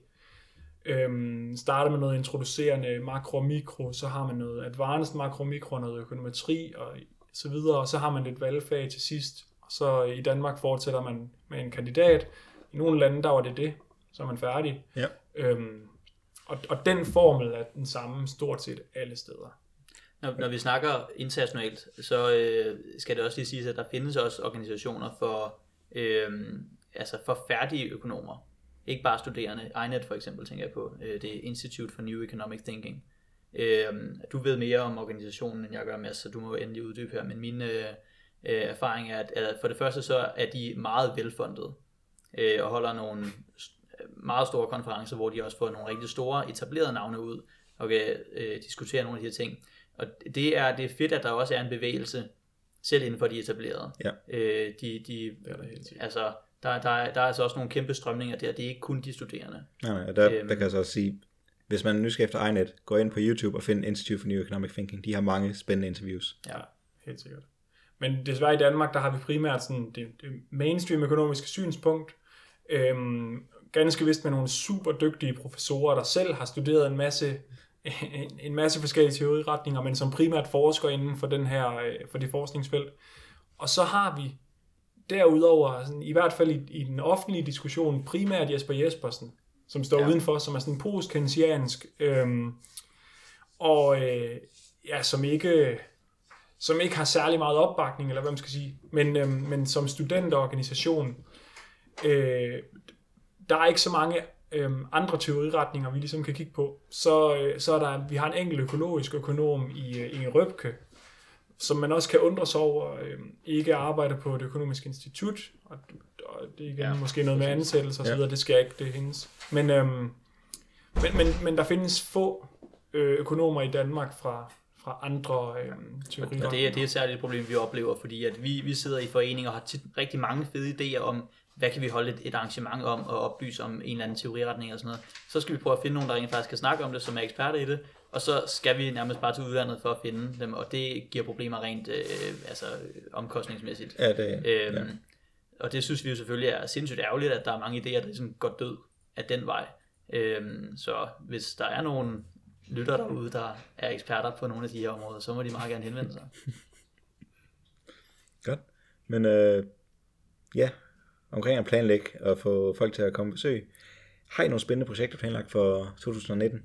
Øhm, starter med noget introducerende makro og mikro, så har man noget advanced makro og mikro, noget økonometri og så videre, og så har man et valgfag til sidst. Og så i Danmark fortsætter man med en kandidat. I nogle lande, der var det det, så er man færdig. Ja. Øhm, og, og den formel er den samme stort set alle steder. Når, når vi snakker internationalt, så øh, skal det også lige siges, at der findes også organisationer for, øh, altså for færdige økonomer. ikke bare studerende. I N E T for eksempel tænker jeg på. Øh, det er Institute for New Economic Thinking. Øh, du ved mere om organisationen, end jeg gør, Mads, så du må endelig uddybe her. Men min øh, øh, erfaring er, at, at for det første så er de meget velfundet øh, og holder nogle meget store konferencer, hvor de også får nogle rigtig store etablerede navne ud og kan øh, diskutere nogle af de her ting. Og det er, det er fedt, at der også er en bevægelse, selv inden for de etablerede. Ja. Øh, de, de, altså, der, der, er, der er altså også nogle kæmpe strømninger der, det er ikke kun de studerende. Nej, nej, der, Øhm. der kan jeg så også sige, hvis man er nysgerrig efter I N E T, gå ind på YouTube og find Institute for New Economic Thinking. De har mange spændende interviews. Ja, helt sikkert. Men desværre i Danmark, der har vi primært sådan det, det mainstream økonomiske synspunkt. Øhm, ganske vist med nogle super dygtige professorer, der selv har studeret en masse, en, en masse forskellige teoriretninger, men som primært forsker inden for, den her, for det forskningsfelt. Og så har vi derudover, sådan, i hvert fald i, i den offentlige diskussion, primært Jesper Jespersen, som står ja. udenfor, som er sådan post-keynesiansk, øhm, og øh, ja, som ikke... som ikke har særlig meget opbakning, eller hvad man skal sige, men, øhm, men som studenterorganisation, øh, der er ikke så mange øhm, andre teoriretninger, vi ligesom kan kigge på. Så, øh, så er der, vi har en enkelt økologisk økonom i øh, Inge Røbke, som man også kan undre sig over, øh, ikke arbejder på et økonomisk institut, og, og det er igen ja, måske noget med ansættelse og så videre, ja. Det skal ikke, det er hendes. Men, øhm, men, men, men der findes få øh, økonomer i Danmark fra fra andre øh, teorier. Og det er, det er særligt et problem, vi oplever, fordi at vi, vi sidder i foreninger og har tit rigtig mange fede idéer om, hvad kan vi holde et, et arrangement om og oplyse om en eller anden teoriretning og sådan noget. Så skal vi prøve at finde nogen, der rent faktisk kan snakke om det, som er eksperter i det, og så skal vi nærmest bare til udlandet for at finde dem, og det giver problemer rent øh, altså, omkostningsmæssigt. Ja, det, øhm, ja. Og det synes vi jo selvfølgelig er sindssygt ærgerligt, at der er mange idéer, der ligesom går død af den vej. Øhm, så hvis der er nogen lytter derude, der er eksperter på nogle af de her områder, så må de meget gerne henvende sig. Godt. Men øh, ja, omkring at planlægge og få folk til at komme på besøg. Har I nogle spændende projekter planlagt for to tusind nitten?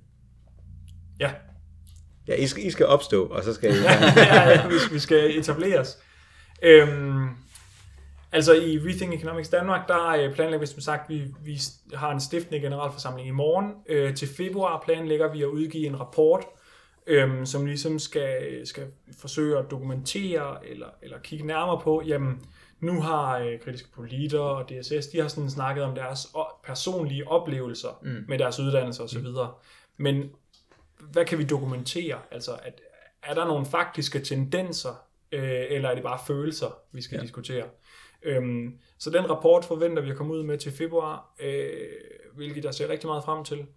Ja. Ja, I skal, I skal opstå, og så skal I... ja, ja, vi, vi skal etableres. Øhm, altså i Rethink Economics Danmark, der planlægger vi som sagt, vi, vi har en stiftende generalforsamling i morgen. Øh, til februar planlægger vi at udgive en rapport, øhm, som ligesom skal, skal forsøge at dokumentere eller, eller kigge nærmere på, jamen nu har øh, kritiske politikere og D S S, de har sådan snakket om deres personlige oplevelser mm. med deres uddannelser osv. Mm. Men hvad kan vi dokumentere? Altså, at, er der nogle faktiske tendenser, øh, eller er det bare følelser, vi skal ja. diskutere? Øhm, så den rapport forventer vi at komme ud med til februar, øh, hvilket jeg ser rigtig meget frem til.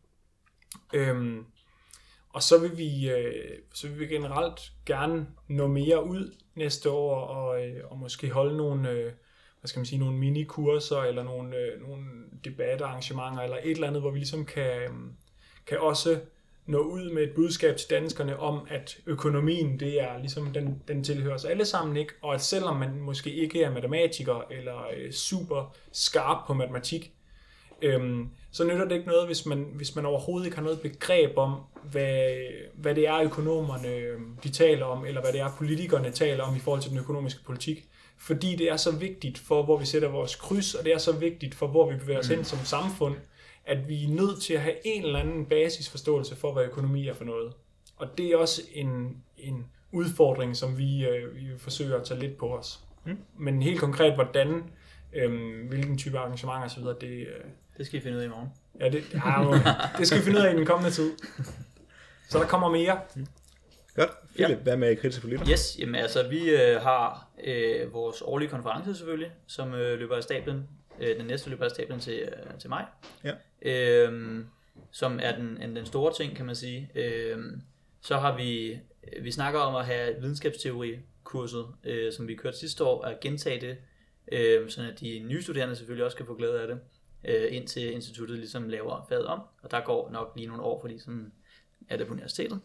Øhm, og så vil vi øh, så vil vi generelt gerne nå mere ud næste år, og, øh, og måske holde nogle, øh, hvad skal man sige, nogle minikurser, eller nogle, øh, nogle debatarrangementer, eller et eller andet, hvor vi ligesom kan, øh, kan også nå ud med et budskab til danskerne om, at økonomien, det er ligesom, den, den tilhører os alle sammen, ikke? Og at selvom man måske ikke er matematiker, eller øh, super skarp på matematik, øhm, så nytter det ikke noget, hvis man, hvis man overhovedet ikke har noget begreb om, hvad, hvad det er økonomerne de taler om, eller hvad det er politikerne taler om i forhold til den økonomiske politik. Fordi det er så vigtigt for, hvor vi sætter vores kryds, og det er så vigtigt for, hvor vi bevæger os hen som samfund, at vi er nødt til at have en eller anden basisforståelse for, hvad økonomi er for noget. Og det er også en, en udfordring, som vi, øh, vi forsøger at tage lidt på os. Mm. Men helt konkret, hvordan, øh, hvilken type arrangementer osv., det... Øh, det skal vi finde ud af i morgen. Ja, det, ja, det skal vi finde ud af i den kommende tid. Så der kommer mere. Mm. Godt. Philip, ja. Hvad med kritisk politik? Yes, jamen altså, vi øh, har øh, vores årlige konference selvfølgelig, som øh, løber af stablen. Den næste løber af stablen til, til maj, ja. øhm, som er den, den store ting, kan man sige. Øhm, så har vi, vi snakker om at have videnskabsteori-kurset, øh, som vi kørte sidste år, at gentage det, øh, så at de nye studerende selvfølgelig også kan få glæde af det, øh, indtil instituttet ligesom laver faget om, og der går nok lige nogle år, fordi sådan er det på universitetet.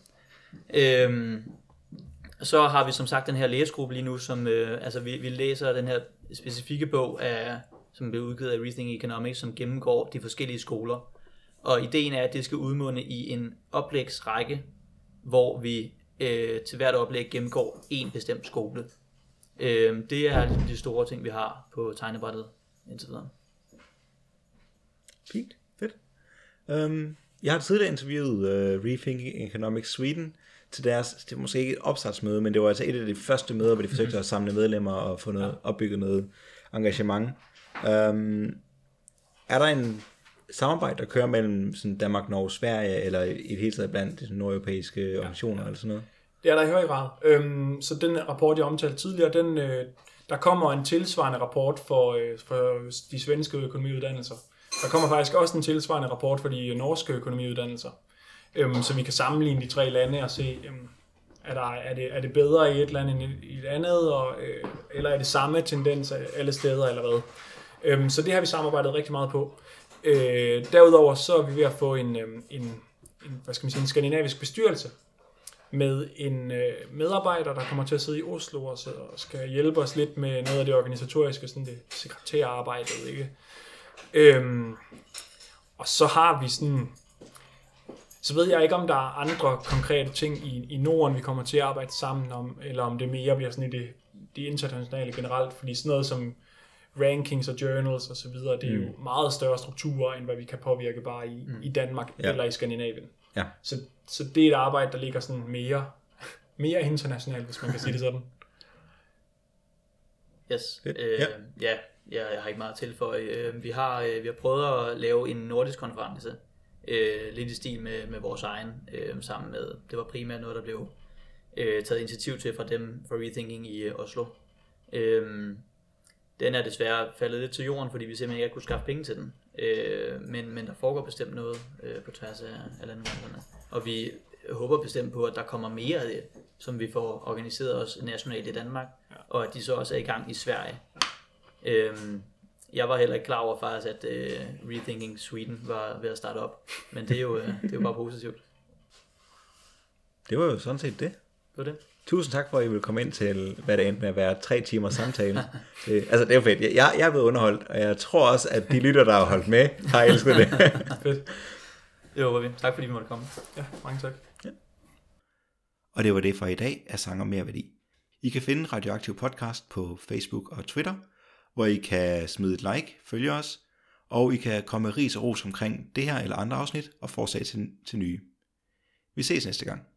Øhm, så har vi som sagt den her læsegruppe lige nu, som øh, altså vi, vi læser den her specifikke bog af som blev udgivet af Rethink Economics, som gennemgår de forskellige skoler. Og ideen er, at det skal udmunde i en oplægsrække, hvor vi øh, til hvert oplæg gennemgår en bestemt skole. Øh, det er de store ting, vi har på tegnebrættet indtil videre. Fint. Um, jeg har tidligere interviewet uh, Rethinking Economics Sweden til deres, det var måske ikke et opstartsmøde, men det var altså et af de første møder, hvor de forsøgte at samle medlemmer og få noget, opbygge noget engagement. Um, er der en samarbejde, der kører mellem sådan Danmark, Norge, Sverige, eller i det hele taget blandt de nordeuropæiske organisationer, ja. Eller sådan noget? Det er der i høj grad. Øhm, så den rapport, jeg omtalte tidligere, den, øh, der kommer en tilsvarende rapport for, øh, for de svenske økonomiuddannelser. Der kommer faktisk også en tilsvarende rapport for de norske økonomiuddannelser. Øhm, så vi kan sammenligne de tre lande og se, øhm, er, der, er, det, er det bedre i et land end i et andet, og, øh, eller er det samme tendens alle steder, eller hvad. Øhm, så det har vi samarbejdet rigtig meget på. Øh, derudover så er vi ved at få en, en, en, hvad skal man sige, en skandinavisk bestyrelse med en øh, medarbejder, der kommer til at sidde i Oslo og, så, og skal hjælpe os lidt med noget af det organisatoriske, sådan det sekretærarbejde, ikke? Øhm, og så har vi sådan, så ved jeg ikke, om der er andre konkrete ting i, i Norden, vi kommer til at arbejde sammen om, eller om det mere bliver sådan i det, det internationale generelt, fordi sådan noget som rankings og journals og så videre, det er mm. jo meget større strukturer, end hvad vi kan påvirke bare i, mm. i Danmark ja. Eller i Skandinavien. Ja. Så, så det er et arbejde, der ligger sådan mere, mere internationalt, hvis man kan sige det sådan. Yes. Øh, ja. ja, jeg har ikke meget til for. Øh, vi, har, øh, vi har prøvet at lave en nordisk konference, øh, lidt i stil med, med vores egen, øh, sammen med, det var primært noget, der blev øh, taget initiativ til fra dem, for Rethinking i øh, Oslo. Øh, Den er desværre faldet lidt til jorden, fordi vi simpelthen ikke har kunnet skaffe penge til den. Øh, men, men der foregår bestemt noget øh, på tværs af, af landegrænserne. Og vi håber bestemt på, at der kommer mere af det, som vi får organiseret os nationalt i Danmark, ja. Og at de så også er i gang i Sverige. Øh, jeg var heller ikke klar over faktisk, at øh, Rethinking Sweden var ved at starte op. Men det er jo, øh, det er jo bare positivt. Det var jo sådan set det. Det var det. Tusind tak for, at I vil komme ind til, hvad det endte med at være tre timer samtale. Det, altså, det er fedt. Jeg, jeg er blevet underholdt, og jeg tror også, at de lytter, der har holdt med, har elsket det. Fedt. Det håber vi. Tak fordi vi måtte komme. Ja, mange tak. Ja. Og det var det for i dag af Sang og Mere Værdi. I kan finde Radioaktiv Podcast på Facebook og Twitter, hvor I kan smide et like, følge os, og I kan komme med ris og ros omkring det her eller andre afsnit, og fortsætte til, til nye. Vi ses næste gang.